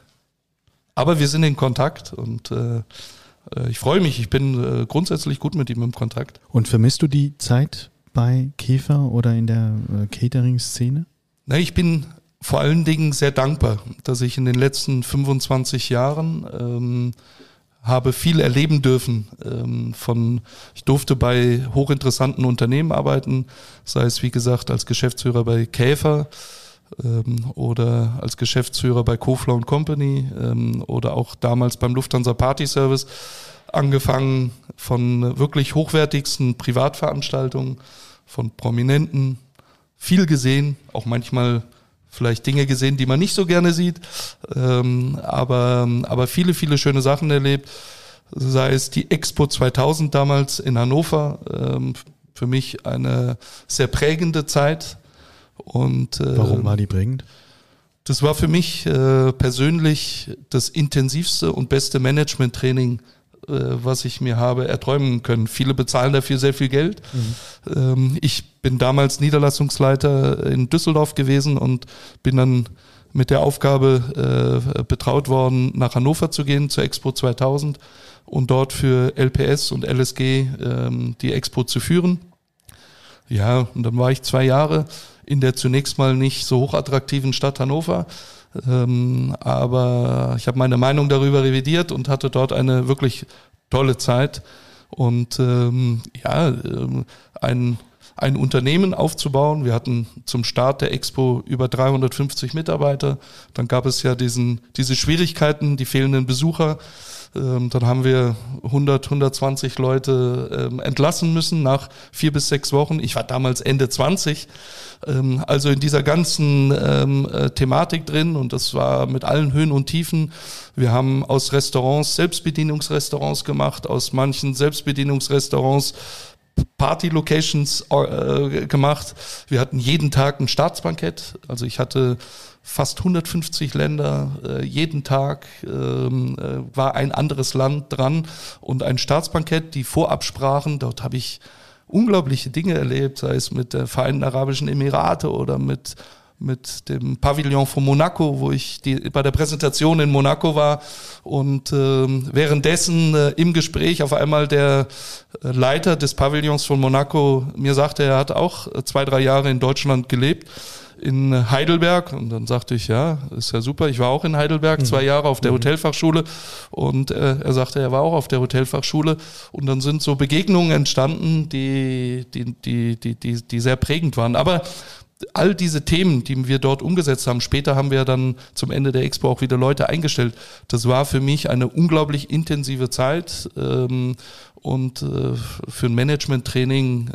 Aber wir sind in Kontakt und ich freue mich. Ich bin grundsätzlich gut mit ihm im Kontakt. Und vermisst du die Zeit bei Käfer oder in der Catering-Szene? Na, ich bin vor allen Dingen sehr dankbar, dass ich in den letzten 25 Jahren habe viel erleben dürfen. Ich durfte bei hochinteressanten Unternehmen arbeiten, sei es wie gesagt als Geschäftsführer bei Käfer oder als Geschäftsführer bei Kofler & Company oder auch damals beim Lufthansa Party Service, angefangen von wirklich hochwertigsten Privatveranstaltungen, von Prominenten, viel gesehen, auch manchmal vielleicht Dinge gesehen, die man nicht so gerne sieht, aber viele, viele schöne Sachen erlebt, sei es die Expo 2000 damals in Hannover, für mich eine sehr prägende Zeit. Und warum war die prägend? Das war für mich persönlich das intensivste und beste Management-Training, was ich mir habe erträumen können. Viele bezahlen dafür sehr viel Geld. Ich bin damals Niederlassungsleiter in Düsseldorf gewesen und bin dann mit der Aufgabe betraut worden, nach Hannover zu gehen, zur Expo 2000 und dort für LPS und LSG die Expo zu führen. Ja, und dann war ich 2 Jahre in der zunächst mal nicht so hochattraktiven Stadt Hannover, aber ich habe meine Meinung darüber revidiert und hatte dort eine wirklich tolle Zeit und ein Unternehmen aufzubauen. Wir hatten zum Start der Expo über 350 Mitarbeiter. Dann gab es ja diese Schwierigkeiten, die fehlenden Besucher. Dann haben wir 120 Leute entlassen müssen nach 4 bis 6 Wochen. Ich war damals Ende 20, also in dieser ganzen Thematik drin und das war mit allen Höhen und Tiefen. Wir haben aus Restaurants Selbstbedienungsrestaurants gemacht, aus manchen Selbstbedienungsrestaurants Party-Locations gemacht. Wir hatten jeden Tag ein Staatsbankett. Also ich hatte fast 150 Länder. Jeden Tag war ein anderes Land dran und ein Staatsbankett, die Vorabsprachen. Dort habe ich unglaubliche Dinge erlebt, sei es mit der Vereinten Arabischen Emirate oder mit dem Pavillon von Monaco, wo ich bei der Präsentation in Monaco war und währenddessen im Gespräch auf einmal der Leiter des Pavillons von Monaco mir sagte, er hat auch 2-3 Jahre in Deutschland gelebt, in Heidelberg und dann sagte ich, ja, ist ja super, ich war auch in Heidelberg 2 Jahre auf der Hotelfachschule und er sagte, er war auch auf der Hotelfachschule und dann sind so Begegnungen entstanden, die sehr prägend waren, aber all diese Themen, die wir dort umgesetzt haben, später haben wir dann zum Ende der Expo auch wieder Leute eingestellt. Das war für mich eine unglaublich intensive Zeit und für ein Management-Training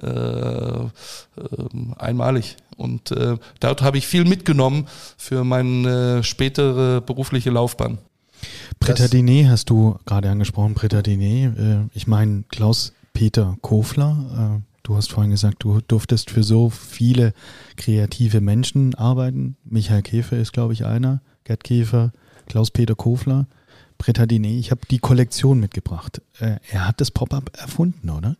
einmalig. Und dort habe ich viel mitgenommen für meine spätere berufliche Laufbahn. Prätadiner hast du gerade angesprochen, Prätadiner. Ich meine Klaus-Peter Kofler. Du hast vorhin gesagt, du durftest für so viele kreative Menschen arbeiten. Michael Käfer ist, glaube ich, einer. Gerd Käfer, Klaus-Peter Kofler, Prätadiner. Ich habe die Kollektion mitgebracht. Er hat das Pop-up erfunden, oder?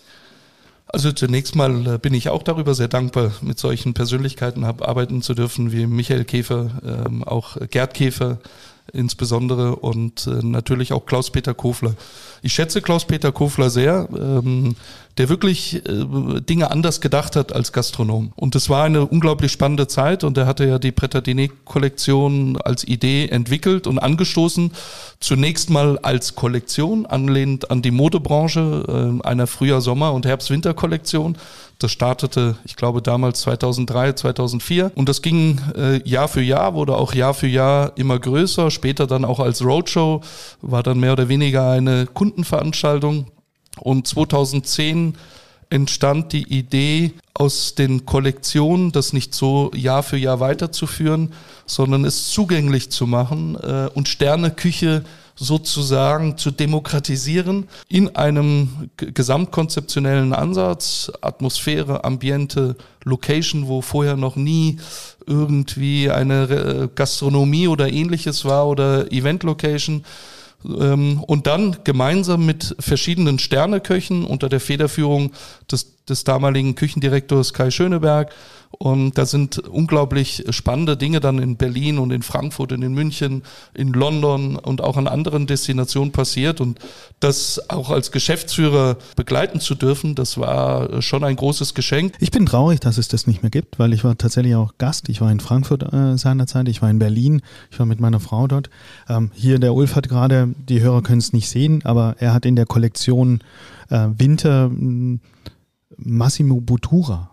Also zunächst mal bin ich auch darüber sehr dankbar, mit solchen Persönlichkeiten arbeiten zu dürfen, wie Michael Käfer, auch Gerd Käfer insbesondere und natürlich auch Klaus-Peter Kofler. Ich schätze Klaus-Peter Kofler sehr, der wirklich Dinge anders gedacht hat als Gastronom. Und es war eine unglaublich spannende Zeit und er hatte ja die Prätadiner-Kollektion als Idee entwickelt und angestoßen. Zunächst mal als Kollektion, anlehnend an die Modebranche, einer Frühjahr-, Sommer- und Herbst-Winter-Kollektion. Das startete, ich glaube, damals 2003, 2004 und das ging Jahr für Jahr, wurde auch Jahr für Jahr immer größer, später dann auch als Roadshow, war dann mehr oder weniger eine Kundenveranstaltung und 2010 entstand die Idee, aus den Kollektionen das nicht so Jahr für Jahr weiterzuführen, sondern es zugänglich zu machen und Sterneküche sozusagen zu demokratisieren in einem gesamtkonzeptionellen Ansatz, Atmosphäre, Ambiente, Location, wo vorher noch nie irgendwie eine Gastronomie oder ähnliches war oder Event-Location. Und dann gemeinsam mit verschiedenen Sterneköchen unter der Federführung des damaligen Küchendirektors Kai Schöneberg. Und da sind unglaublich spannende Dinge dann in Berlin und in Frankfurt und in München, in London und auch an anderen Destinationen passiert. Und das auch als Geschäftsführer begleiten zu dürfen, das war schon ein großes Geschenk. Ich bin traurig, dass es das nicht mehr gibt, weil ich war tatsächlich auch Gast. Ich war in Frankfurt seinerzeit, ich war in Berlin, ich war mit meiner Frau dort. Hier der Ulf hat gerade, die Hörer können es nicht sehen, aber er hat in der Kollektion Winter Massimo Bottura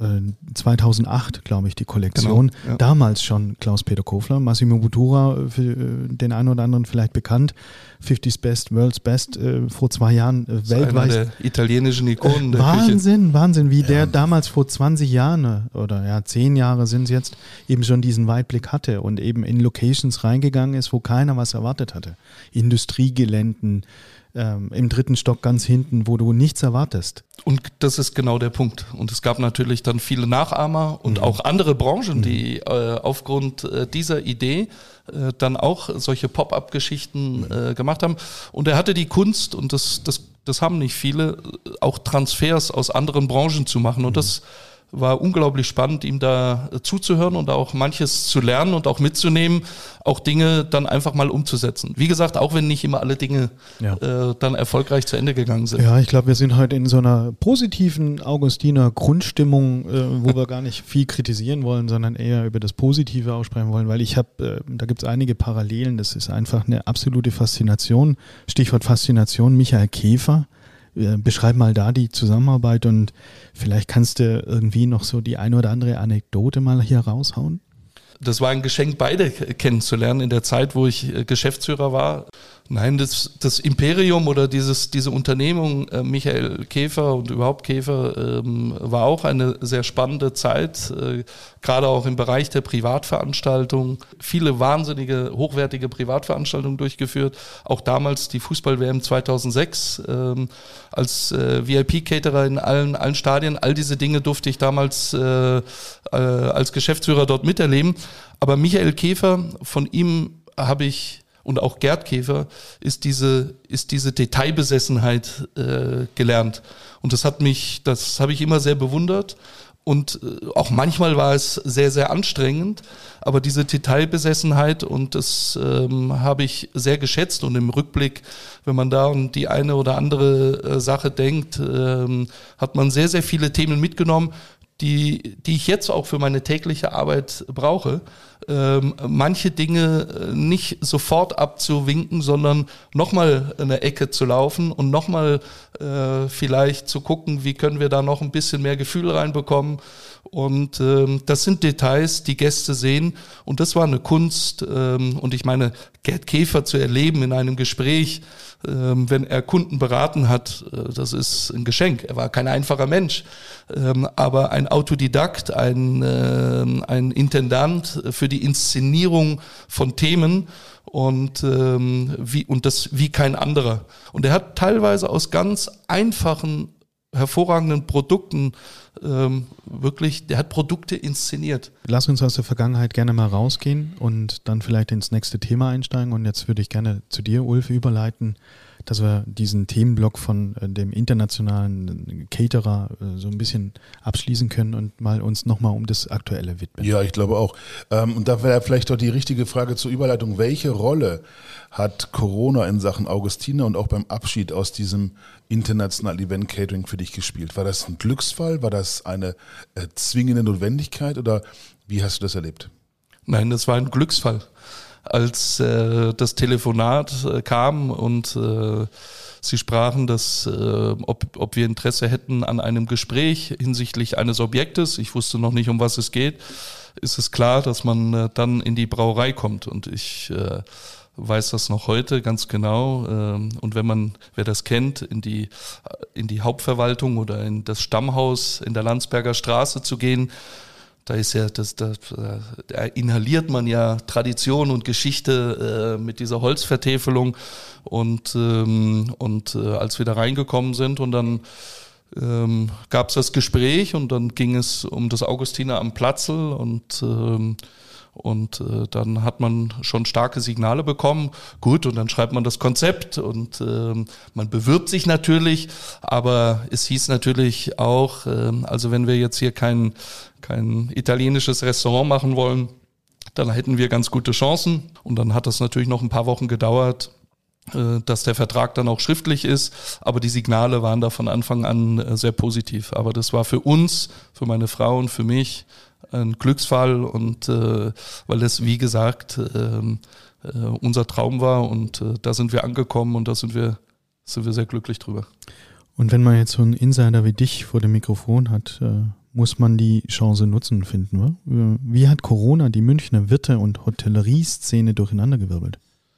2008, glaube ich, die Kollektion. Genau, ja. Damals schon Klaus-Peter Kofler, Massimo Bottura, für den einen oder anderen vielleicht bekannt. 50's Best, World's Best, vor 2 Jahren weltweit. Einer der italienischen Ikonen der Wahnsinn, Küche. Wahnsinn, wie der damals vor 20 Jahren oder ja 10 Jahre sind es jetzt, eben schon diesen Weitblick hatte und eben in Locations reingegangen ist, wo keiner was erwartet hatte. Industriegeländen, im 3. Stock ganz hinten, wo du nichts erwartest. Und das ist genau der Punkt. Und es gab natürlich dann viele Nachahmer und auch andere Branchen, die aufgrund dieser Idee dann auch solche Pop-up-Geschichten gemacht haben. Und er hatte die Kunst, und das haben nicht viele, auch Transfers aus anderen Branchen zu machen. Und das war unglaublich spannend, ihm da zuzuhören und auch manches zu lernen und auch mitzunehmen, auch Dinge dann einfach mal umzusetzen. Wie gesagt, auch wenn nicht immer alle Dinge dann erfolgreich zu Ende gegangen sind. Ja, ich glaube, wir sind heute in so einer positiven Augustiner Grundstimmung, wo wir gar nicht viel kritisieren wollen, sondern eher über das Positive aussprechen wollen, weil da gibt es einige Parallelen, das ist einfach eine absolute Faszination. Stichwort Faszination, Michael Käfer. Beschreib mal da die Zusammenarbeit und vielleicht kannst du irgendwie noch so die eine oder andere Anekdote mal hier raushauen. Das war ein Geschenk, beide kennenzulernen in der Zeit, wo ich Geschäftsführer war. Nein, das Imperium oder diese Unternehmung Michael Käfer und überhaupt Käfer war auch eine sehr spannende Zeit, gerade auch im Bereich der Privatveranstaltungen. Viele wahnsinnige, hochwertige Privatveranstaltungen durchgeführt. Auch damals die Fußball-WM 2006 als VIP-Caterer in allen Stadien. All diese Dinge durfte ich damals als Geschäftsführer dort miterleben. Aber Michael Käfer, von ihm habe ich, und auch Gerd Käfer, ist diese Detailbesessenheit gelernt. Und das habe ich immer sehr bewundert. Und auch manchmal war es sehr, sehr anstrengend. Aber diese Detailbesessenheit, und das habe ich sehr geschätzt. Und im Rückblick, wenn man da an die eine oder andere Sache denkt, hat man sehr, sehr viele Themen mitgenommen, die ich jetzt auch für meine tägliche Arbeit brauche. Manche Dinge nicht sofort abzuwinken, sondern nochmal eine Ecke zu laufen und nochmal vielleicht zu gucken, wie können wir da noch ein bisschen mehr Gefühl reinbekommen. Und das sind Details, die Gäste sehen. Und das war eine Kunst. Und ich meine, Gerd Käfer zu erleben in einem Gespräch, wenn er Kunden beraten hat, das ist ein Geschenk. Er war kein einfacher Mensch, aber ein Autodidakt, ein Intendant für die Inszenierung von Themen und wie kein anderer. Und er hat teilweise aus ganz einfachen, hervorragenden Produkten der hat Produkte inszeniert. Lass uns aus der Vergangenheit gerne mal rausgehen und dann vielleicht ins nächste Thema einsteigen. Und jetzt würde ich gerne zu dir, Ulf, überleiten, dass wir diesen Themenblock von dem internationalen Caterer so ein bisschen abschließen können und mal uns nochmal um das Aktuelle widmen. Ja, ich glaube auch. Und da wäre vielleicht doch die richtige Frage zur Überleitung. Welche Rolle hat Corona in Sachen Augustiner und auch beim Abschied aus diesem internationalen Event Catering für dich gespielt? War das ein Glücksfall? War das eine zwingende Notwendigkeit oder wie hast du das erlebt? Nein, das war ein Glücksfall. Als das Telefonat kam und sie sprachen, ob wir Interesse hätten an einem Gespräch hinsichtlich eines Objektes, ich wusste noch nicht, um was es geht, ist es klar, dass man dann in die Brauerei kommt. Und ich weiß das noch heute ganz genau. Und wer das kennt, in die Hauptverwaltung oder in das Stammhaus in der Landsberger Straße zu gehen, da ist ja da inhaliert man ja Tradition und Geschichte mit dieser Holzvertäfelung und als wir da reingekommen sind und dann gab es das Gespräch und dann ging es um das Augustiner am Platzl und dann hat man schon starke Signale bekommen. Gut, und dann schreibt man das Konzept und man bewirbt sich natürlich, aber es hieß natürlich auch, also wenn wir jetzt hier kein italienisches Restaurant machen wollen, dann hätten wir ganz gute Chancen. Und dann hat das natürlich noch ein paar Wochen gedauert, dass der Vertrag dann auch schriftlich ist, aber die Signale waren da von Anfang an sehr positiv. Aber das war für uns, für meine Frau und für mich ein Glücksfall und weil es, wie gesagt, unser Traum war und da sind wir angekommen und da sind wir sehr glücklich drüber. Und wenn man jetzt so einen Insider wie dich vor dem Mikrofon hat, muss man die Chance nutzen, finden wir. Wie hat Corona die Münchner Wirte- und Hotellerie-Szene durcheinandergewirbelt?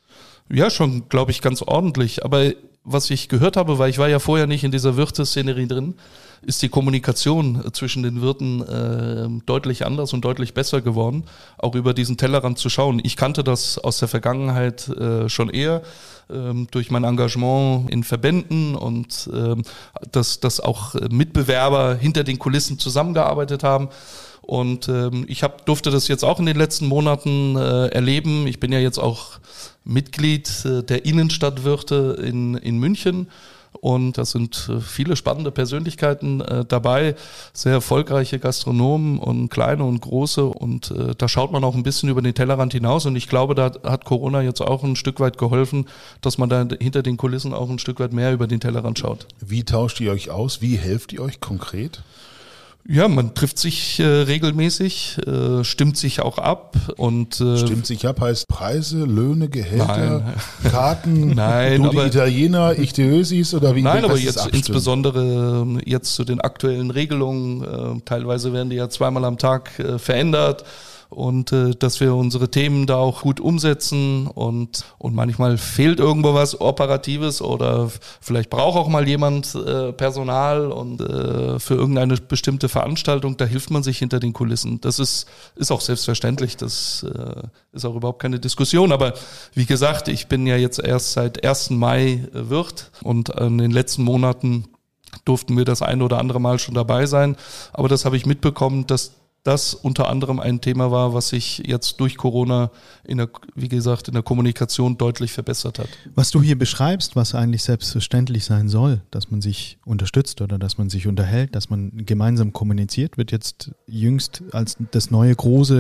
Ja, schon, glaube ich, ganz ordentlich. Aber was ich gehört habe, weil ich war ja vorher nicht in dieser Wirte-Szenerie drin, ist die Kommunikation zwischen den Wirten deutlich anders und deutlich besser geworden, auch über diesen Tellerrand zu schauen. Ich kannte das aus der Vergangenheit schon eher durch mein Engagement in Verbänden und dass auch Mitbewerber hinter den Kulissen zusammengearbeitet haben. Und ich durfte das jetzt auch in den letzten Monaten erleben. Ich bin ja jetzt auch Mitglied der Innenstadtwirte in München. Und da sind viele spannende Persönlichkeiten dabei, sehr erfolgreiche Gastronomen und kleine und große. Und da schaut man auch ein bisschen über den Tellerrand hinaus. Und ich glaube, da hat Corona jetzt auch ein Stück weit geholfen, dass man da hinter den Kulissen auch ein Stück weit mehr über den Tellerrand schaut. Wie tauscht ihr euch aus? Wie helft ihr euch konkret? Ja, man trifft sich regelmäßig, stimmt sich auch ab und stimmt sich ab heißt Preise, Löhne, Gehälter, Karten, nein, du die Italiener, ich die Ösis oder wie? Nein, aber jetzt insbesondere jetzt zu den aktuellen Regelungen, teilweise werden die ja zweimal am Tag verändert. Und dass wir unsere Themen da auch gut umsetzen und manchmal fehlt irgendwo was Operatives oder vielleicht braucht auch mal jemand Personal und für irgendeine bestimmte Veranstaltung, da hilft man sich hinter den Kulissen. Das ist auch selbstverständlich, das ist auch überhaupt keine Diskussion, aber wie gesagt, ich bin ja jetzt erst seit 1. Mai Wirt und in den letzten Monaten durften wir das ein oder andere Mal schon dabei sein, aber das habe ich mitbekommen, dass das unter anderem ein Thema war, was sich jetzt durch Corona wie gesagt, in der Kommunikation deutlich verbessert hat. Was du hier beschreibst, was eigentlich selbstverständlich sein soll, dass man sich unterstützt oder dass man sich unterhält, dass man gemeinsam kommuniziert, wird jetzt jüngst als das neue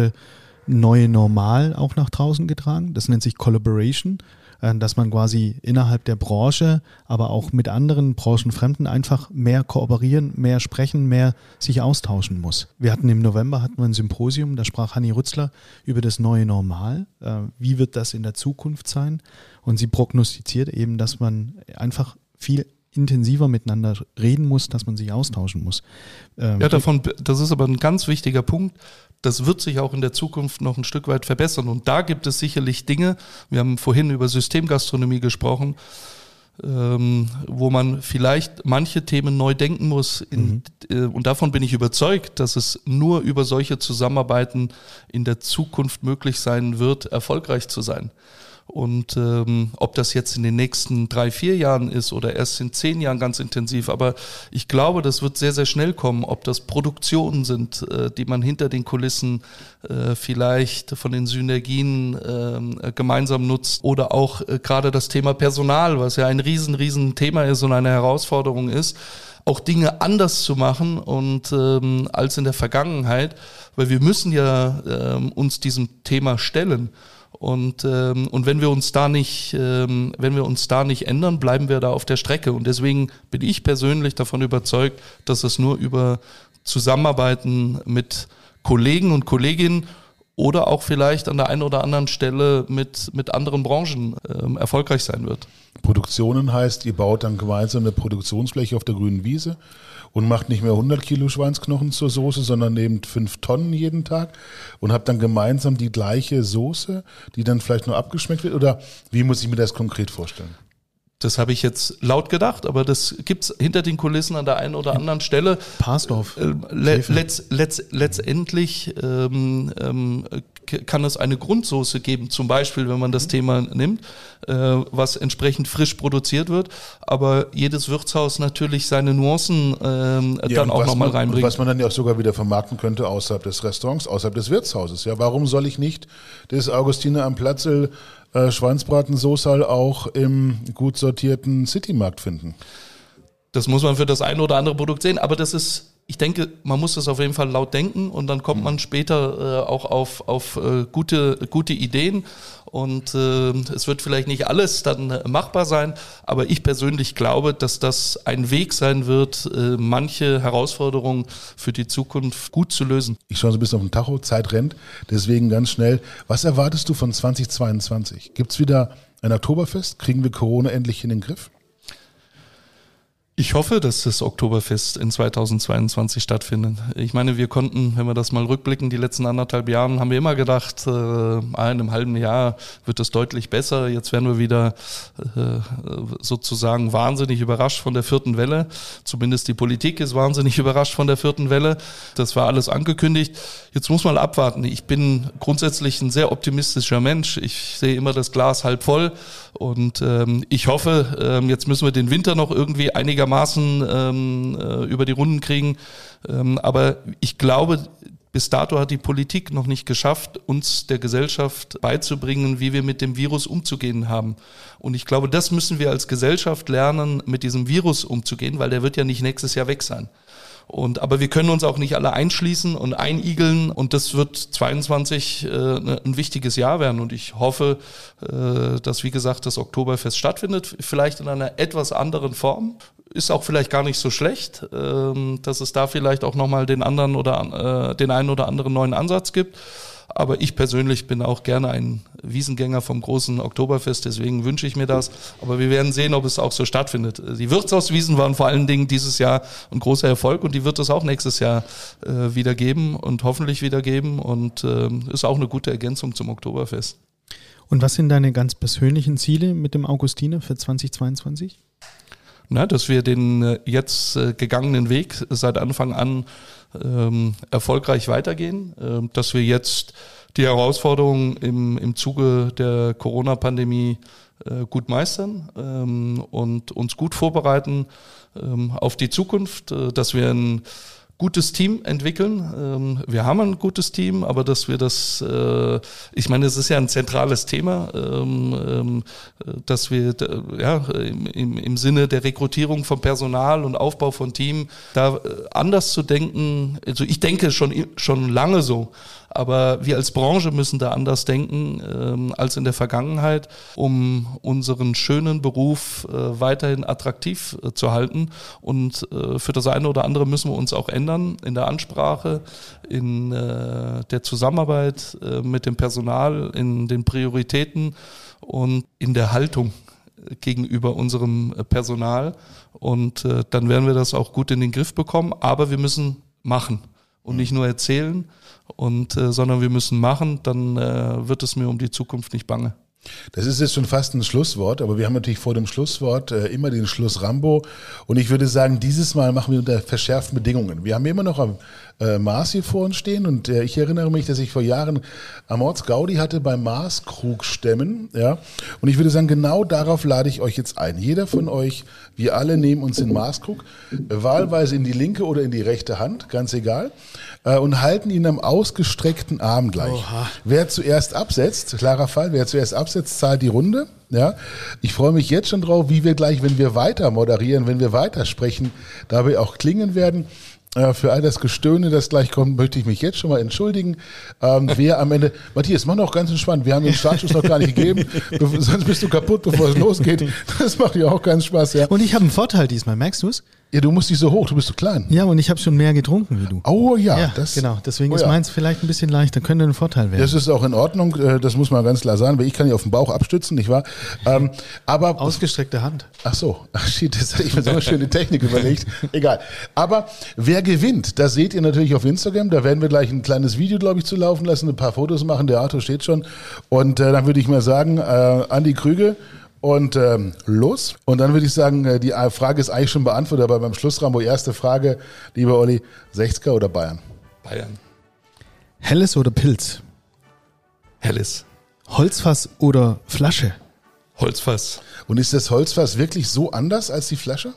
Normal auch nach draußen getragen. Das nennt sich Collaboration, dass man quasi innerhalb der Branche, aber auch mit anderen Branchenfremden einfach mehr kooperieren, mehr sprechen, mehr sich austauschen muss. Im November hatten wir ein Symposium, da sprach Hanni Rützler über das neue Normal. Wie wird das in der Zukunft sein? Und sie prognostiziert eben, dass man einfach viel intensiver miteinander reden muss, dass man sich austauschen muss. Ja, das ist aber ein ganz wichtiger Punkt. Das wird sich auch in der Zukunft noch ein Stück weit verbessern. Und da gibt es sicherlich Dinge, wir haben vorhin über Systemgastronomie gesprochen, wo man vielleicht manche Themen neu denken muss. Und davon bin ich überzeugt, dass es nur über solche Zusammenarbeiten in der Zukunft möglich sein wird, erfolgreich zu sein. Und ob das jetzt in den nächsten 3-4 Jahren ist oder erst in 10 Jahren ganz intensiv, aber ich glaube, das wird sehr, sehr schnell kommen, ob das Produktionen sind, die man hinter den Kulissen vielleicht von den Synergien gemeinsam nutzt oder auch gerade das Thema Personal, was ja ein riesen Thema ist und eine Herausforderung ist, auch Dinge anders zu machen und als in der Vergangenheit, weil wir müssen ja uns diesem Thema stellen. Und wenn wir uns da nicht ändern, bleiben wir da auf der Strecke. Und deswegen bin ich persönlich davon überzeugt, dass es nur über Zusammenarbeiten mit Kollegen und Kolleginnen oder auch vielleicht an der einen oder anderen Stelle mit anderen Branchen erfolgreich sein wird. Produktionen heißt, ihr baut dann gemeinsam eine Produktionsfläche auf der grünen Wiese und macht nicht mehr 100 Kilo Schweinsknochen zur Soße, sondern nehmt 5 Tonnen jeden Tag und habt dann gemeinsam die gleiche Soße, die dann vielleicht nur abgeschmeckt wird? Oder wie muss ich mir das konkret vorstellen? Das habe ich jetzt laut gedacht, aber das gibt's hinter den Kulissen an der einen oder anderen Stelle. Parsdorf. Letztendlich kann es eine Grundsoße geben, zum Beispiel, wenn man das Thema nimmt, was entsprechend frisch produziert wird, aber jedes Wirtshaus natürlich seine Nuancen dann auch nochmal reinbringt. Was man dann ja auch sogar wieder vermarkten könnte außerhalb des Restaurants, außerhalb des Wirtshauses. Ja, warum soll ich nicht das Augustiner am Platzl Schweinsbratensoße auch im gut sortierten Citymarkt finden? Das muss man für das eine oder andere Produkt sehen, aber ich denke, man muss das auf jeden Fall laut denken und dann kommt man später auch auf gute Ideen und es wird vielleicht nicht alles dann machbar sein, aber ich persönlich glaube, dass das ein Weg sein wird, manche Herausforderungen für die Zukunft gut zu lösen. Ich schaue so ein bisschen auf den Tacho, Zeit rennt, deswegen ganz schnell. Was erwartest du von 2022? Gibt es wieder ein Oktoberfest? Kriegen wir Corona endlich in den Griff? Ich hoffe, dass das Oktoberfest in 2022 stattfindet. Ich meine, wir konnten, wenn wir das mal rückblicken, die letzten 1,5 Jahren, haben wir immer gedacht, in einem halben Jahr wird es deutlich besser. Jetzt werden wir wieder sozusagen wahnsinnig überrascht von der 4. Welle. Zumindest die Politik ist wahnsinnig überrascht von der 4. Welle. Das war alles angekündigt. Jetzt muss man abwarten. Ich bin grundsätzlich ein sehr optimistischer Mensch. Ich sehe immer das Glas halb voll und ich hoffe, jetzt müssen wir den Winter noch irgendwie einigermaßen über die Runden kriegen. Aber ich glaube, bis dato hat die Politik noch nicht geschafft, uns der Gesellschaft beizubringen, wie wir mit dem Virus umzugehen haben. Und ich glaube, das müssen wir als Gesellschaft lernen, mit diesem Virus umzugehen, weil der wird ja nicht nächstes Jahr weg sein. Aber wir können uns auch nicht alle einschließen und einigeln und das wird 22 ein wichtiges Jahr werden und ich hoffe, dass wie gesagt das Oktoberfest stattfindet, vielleicht in einer etwas anderen Form. Ist auch vielleicht gar nicht so schlecht, dass es da vielleicht auch nochmal den einen oder anderen neuen Ansatz gibt. Aber ich persönlich bin auch gerne ein Wiesengänger vom großen Oktoberfest, deswegen wünsche ich mir das. Aber wir werden sehen, ob es auch so stattfindet. Die Wirtshauswiesen waren vor allen Dingen dieses Jahr ein großer Erfolg und die wird es auch nächstes Jahr wieder geben und hoffentlich wieder geben und ist auch eine gute Ergänzung zum Oktoberfest. Und was sind deine ganz persönlichen Ziele mit dem Augustiner für 2022? Na, dass wir den jetzt gegangenen Weg seit Anfang an erfolgreich weitergehen, dass wir jetzt die Herausforderungen im Zuge der Corona-Pandemie gut meistern und uns gut vorbereiten auf die Zukunft, dass wir ein gutes Team entwickeln. Wir haben ein gutes Team, aber dass wir das, ich meine, es ist ja ein zentrales Thema, dass wir im Sinne der Rekrutierung von Personal und Aufbau von Team da anders zu denken. Also ich denke schon lange so, aber wir als Branche müssen da anders denken als in der Vergangenheit, um unseren schönen Beruf weiterhin attraktiv zu halten. Und für das eine oder andere müssen wir uns auch ändern in der Ansprache, in der Zusammenarbeit mit dem Personal, in den Prioritäten und in der Haltung gegenüber unserem Personal. Und dann werden wir das auch gut in den Griff bekommen. Aber wir müssen machen und nicht nur erzählen, sondern wir müssen machen. Dann wird es mir um die Zukunft nicht bange. Das ist jetzt schon fast ein Schlusswort, aber wir haben natürlich vor dem Schlusswort immer den Schluss Rambo. Und ich würde sagen, dieses Mal machen wir unter verschärften Bedingungen. Wir haben immer noch am Mars hier vor uns stehen und ich erinnere mich, dass ich vor Jahren Amorz Gaudi hatte beim Mars-Krug-Stämmen. Ja? Und ich würde sagen, genau darauf lade ich euch jetzt ein. Jeder von euch, wir alle nehmen uns den Mars-Krug wahlweise in die linke oder in die rechte Hand, ganz egal, und halten ihn am ausgestreckten Arm gleich. Oha. Wer zuerst absetzt, klarer Fall, wer zuerst absetzt, zahlt die Runde. Ja, ich freue mich jetzt schon drauf, wie wir gleich, wenn wir weiter moderieren, wenn wir weiter sprechen, dabei auch klingen werden. Für all das Gestöhne, das gleich kommt, möchte ich mich jetzt schon mal entschuldigen. Wer am Ende, Matthias, mach noch ganz entspannt, wir haben den Startschuss noch gar nicht gegeben, sonst bist du kaputt, bevor es losgeht. Das macht ja auch keinen Spaß. Ja. Und ich habe einen Vorteil diesmal, merkst du es? Ja, du musst nicht so hoch, du bist so klein. Ja, und ich habe schon mehr getrunken wie du. Oh ja. Ja, genau, deswegen ist meins vielleicht ein bisschen leichter, könnte ein Vorteil werden. Das ist auch in Ordnung, das muss man ganz klar sagen, weil ich kann ja auf den Bauch abstützen, nicht wahr? Aber ausgestreckte Hand. Ach so, shit, das hätte ich mir so eine schöne Technik überlegt. Egal. Aber wer gewinnt, das seht ihr natürlich auf Instagram, da werden wir gleich ein kleines Video, glaube ich, zu laufen lassen, ein paar Fotos machen, der Arthur steht schon. Und dann würde ich mal sagen, Andi Krüge, und los. Und dann würde ich sagen, die Frage ist eigentlich schon beantwortet, aber beim Schluss, Rambo, erste Frage, lieber Olli, 60er oder Bayern? Bayern. Helles oder Pilz? Helles. Holzfass oder Flasche? Holzfass. Und ist das Holzfass wirklich so anders als die Flasche?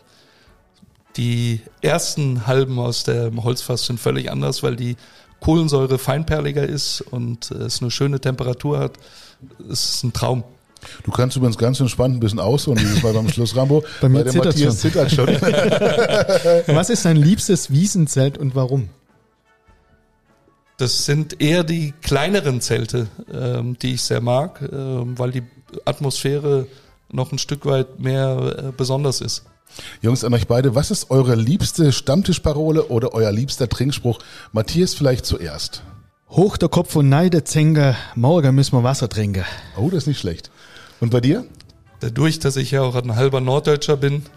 Die ersten Halben aus dem Holzfass sind völlig anders, weil die Kohlensäure feinperliger ist und es eine schöne Temperatur hat. Es ist ein Traum. Du kannst übrigens ganz entspannt ein bisschen ausholen, dieses Mal beim Schluss, Rambo. Bei mir der Matthias zittert schon. Was ist dein liebstes Wiesenzelt und warum? Das sind eher die kleineren Zelte, die ich sehr mag, weil die Atmosphäre noch ein Stück weit mehr besonders ist. Jungs, an euch beide, was ist eure liebste Stammtischparole oder euer liebster Trinkspruch? Matthias vielleicht zuerst. Hoch der Kopf und Neide Zenker, morgen müssen wir Wasser trinken. Oh, das ist nicht schlecht. Und bei dir? Dadurch, dass ich ja auch ein halber Norddeutscher bin,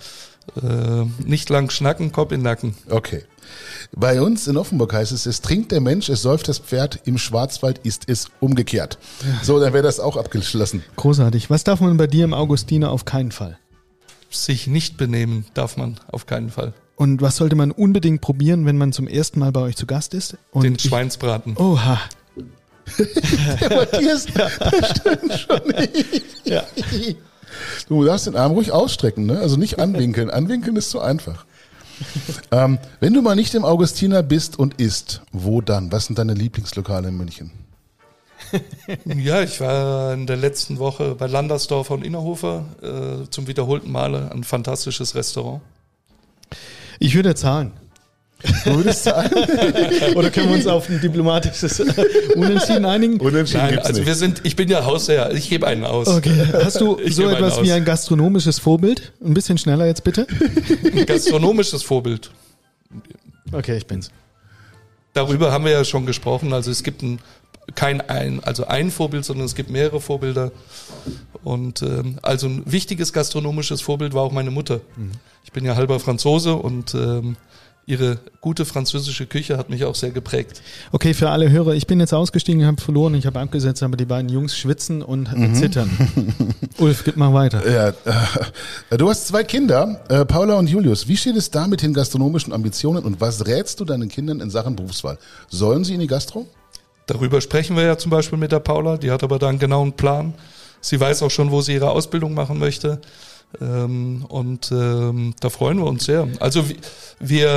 Nicht lang schnacken, Kopf in den Nacken. Okay. Bei uns in Offenburg heißt es trinkt der Mensch, es säuft das Pferd, im Schwarzwald ist es umgekehrt. So, dann wäre das auch abgeschlossen. Großartig. Was darf man bei dir im Augustiner auf keinen Fall? Sich nicht benehmen darf man auf keinen Fall. Und was sollte man unbedingt probieren, wenn man zum ersten Mal bei euch zu Gast ist? Und Den Schweinsbraten. Oha. Der Matthias, der stimmt schon. Ja. Du darfst den Arm ruhig ausstrecken, ne? Also nicht anwinkeln. Anwinkeln ist zu einfach. Wenn du mal nicht im Augustiner bist und isst, wo dann? Was sind deine Lieblingslokale in München? Ja, ich war in der letzten Woche bei Landersdorfer und Innerhofer zum wiederholten Male. Ein fantastisches Restaurant. Ich würde zahlen. Du würdest zahlen? Oder können wir uns auf ein diplomatisches Unentschieden einigen? Unentschieden Nein, gibt's also nicht. ich bin ja Hausherr, ich gebe einen aus. Okay. Hast du Ich so gebe einen etwas aus. wie ein gastronomisches Vorbild? Ein bisschen schneller jetzt bitte. Ein gastronomisches Vorbild. Okay, ich bin's. Darüber haben wir ja schon gesprochen. Also es gibt ein Vorbild, sondern es gibt mehrere Vorbilder. Und also ein wichtiges gastronomisches Vorbild war auch meine Mutter. Ich bin ja halber Franzose und ihre gute französische Küche hat mich auch sehr geprägt. Okay, für alle Hörer, ich bin jetzt ausgestiegen, habe verloren, ich habe abgesetzt, aber die beiden Jungs schwitzen und zittern. Ulf, gib mal weiter. Ja, du hast 2 Kinder, Paula und Julius. Wie steht es da mit den gastronomischen Ambitionen und was rätst du deinen Kindern in Sachen Berufswahl? Sollen sie in die Gastro? Darüber sprechen wir ja zum Beispiel mit der Paula, die hat aber da einen genauen Plan. Sie weiß auch schon, wo sie ihre Ausbildung machen möchte. Und da freuen wir uns sehr. Also wir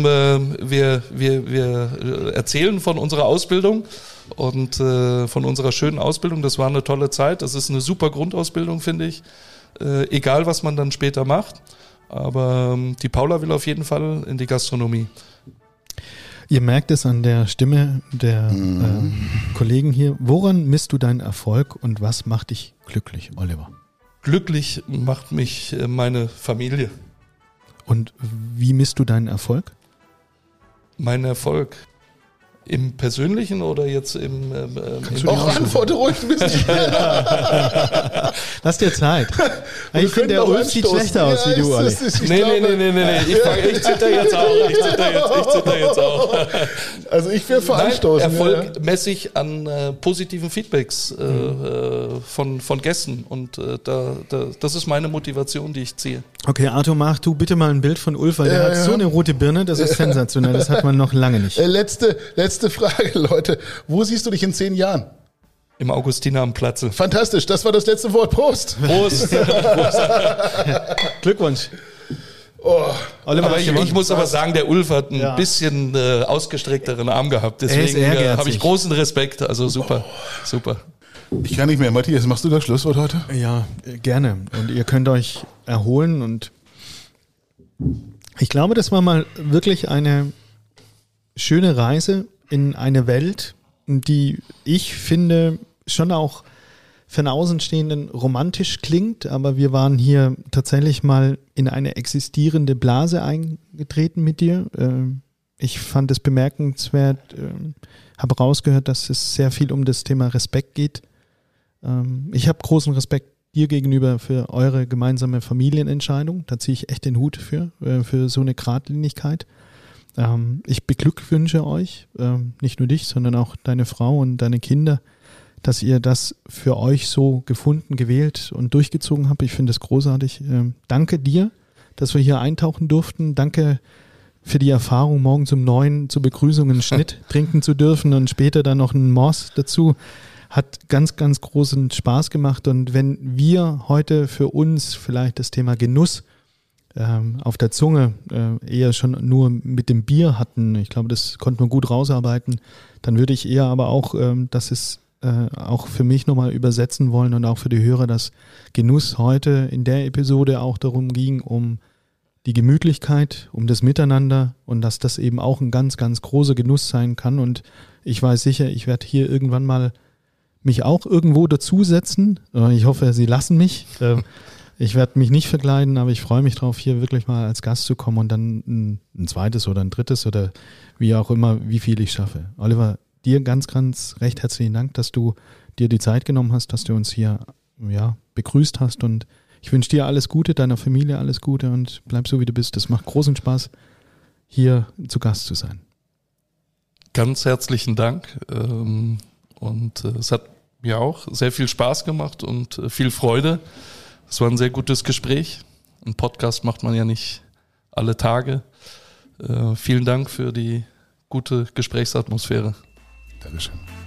erzählen von unserer Ausbildung und von unserer schönen Ausbildung. Das war eine tolle Zeit. Das ist eine super Grundausbildung, finde ich. Egal, was man dann später macht. Aber die Paula will auf jeden Fall in die Gastronomie. Ihr merkt es an der Stimme der Kollegen hier. Woran misst du deinen Erfolg und was macht dich glücklich, Oliver? Glücklich macht mich meine Familie. Und wie misst du deinen Erfolg? Mein Erfolg im Persönlichen oder jetzt im Auch antworte ruhig ein bisschen. Lass dir Zeit. Ich finde, der Ulf sieht schlechter aus wie du, Olli. Nee. Ich zitter jetzt auch. Also ich wäre für Anstoßen. Erfolg messe ich an positiven Feedbacks von Gästen und das ist meine Motivation, die ich ziehe. Okay, Arthur, mach du bitte mal ein Bild von Ulf, weil der hat so eine rote Birne, das ist sensationell, das hat man noch lange nicht. Letzte Frage, Leute. Wo siehst du dich in 10 Jahren? Im Augustiner am Platze. Fantastisch, das war das letzte Wort. Prost. Prost. Glückwunsch. Aber ich muss aber sagen, der Ulf hat ein bisschen ausgestreckteren Arm gehabt. Deswegen habe ich großen Respekt. Also super. Ich kann nicht mehr. Matthias, machst du das Schlusswort heute? Ja, gerne. Und ihr könnt euch erholen. Und ich glaube, das war mal wirklich eine schöne Reise in eine Welt, die ich finde schon auch für einen Außenstehenden romantisch klingt, aber wir waren hier tatsächlich mal in eine existierende Blase eingetreten mit dir. Ich fand es bemerkenswert, habe rausgehört, dass es sehr viel um das Thema Respekt geht. Ich habe großen Respekt dir gegenüber für eure gemeinsame Familienentscheidung. Da ziehe ich echt den Hut für so eine Geradlinigkeit. Ich beglückwünsche euch, nicht nur dich, sondern auch deine Frau und deine Kinder, dass ihr das für euch so gefunden, gewählt und durchgezogen habt. Ich finde es großartig. Danke dir, dass wir hier eintauchen durften. Danke für die Erfahrung, morgens um 9 zur Begrüßung einen Schnitt trinken zu dürfen und später dann noch einen Mors dazu. Hat ganz, ganz großen Spaß gemacht. Und wenn wir heute für uns vielleicht das Thema Genuss auf der Zunge eher schon nur mit dem Bier hatten, ich glaube, das konnte man gut rausarbeiten, dann würde ich eher aber auch, dass es auch für mich nochmal übersetzen wollen und auch für die Hörer, dass Genuss heute in der Episode auch darum ging, um die Gemütlichkeit, um das Miteinander und dass das eben auch ein ganz, ganz großer Genuss sein kann. Und ich weiß sicher, ich werde hier irgendwann mal mich auch irgendwo dazusetzen. Ich hoffe, Sie lassen mich. Ich werde mich nicht verkleiden, aber ich freue mich drauf, hier wirklich mal als Gast zu kommen und dann ein zweites oder ein drittes oder wie auch immer, wie viel ich schaffe. Oliver, dir ganz, ganz recht herzlichen Dank, dass du dir die Zeit genommen hast, dass du uns hier begrüßt hast und Ich wünsche dir alles Gute, deiner Familie alles Gute und bleib so, wie du bist. Das macht großen Spaß, hier zu Gast zu sein. Ganz herzlichen Dank. Und es hat mir auch sehr viel Spaß gemacht und viel Freude. Es war ein sehr gutes Gespräch. Ein Podcast macht man ja nicht alle Tage. Vielen Dank für die gute Gesprächsatmosphäre. Dankeschön.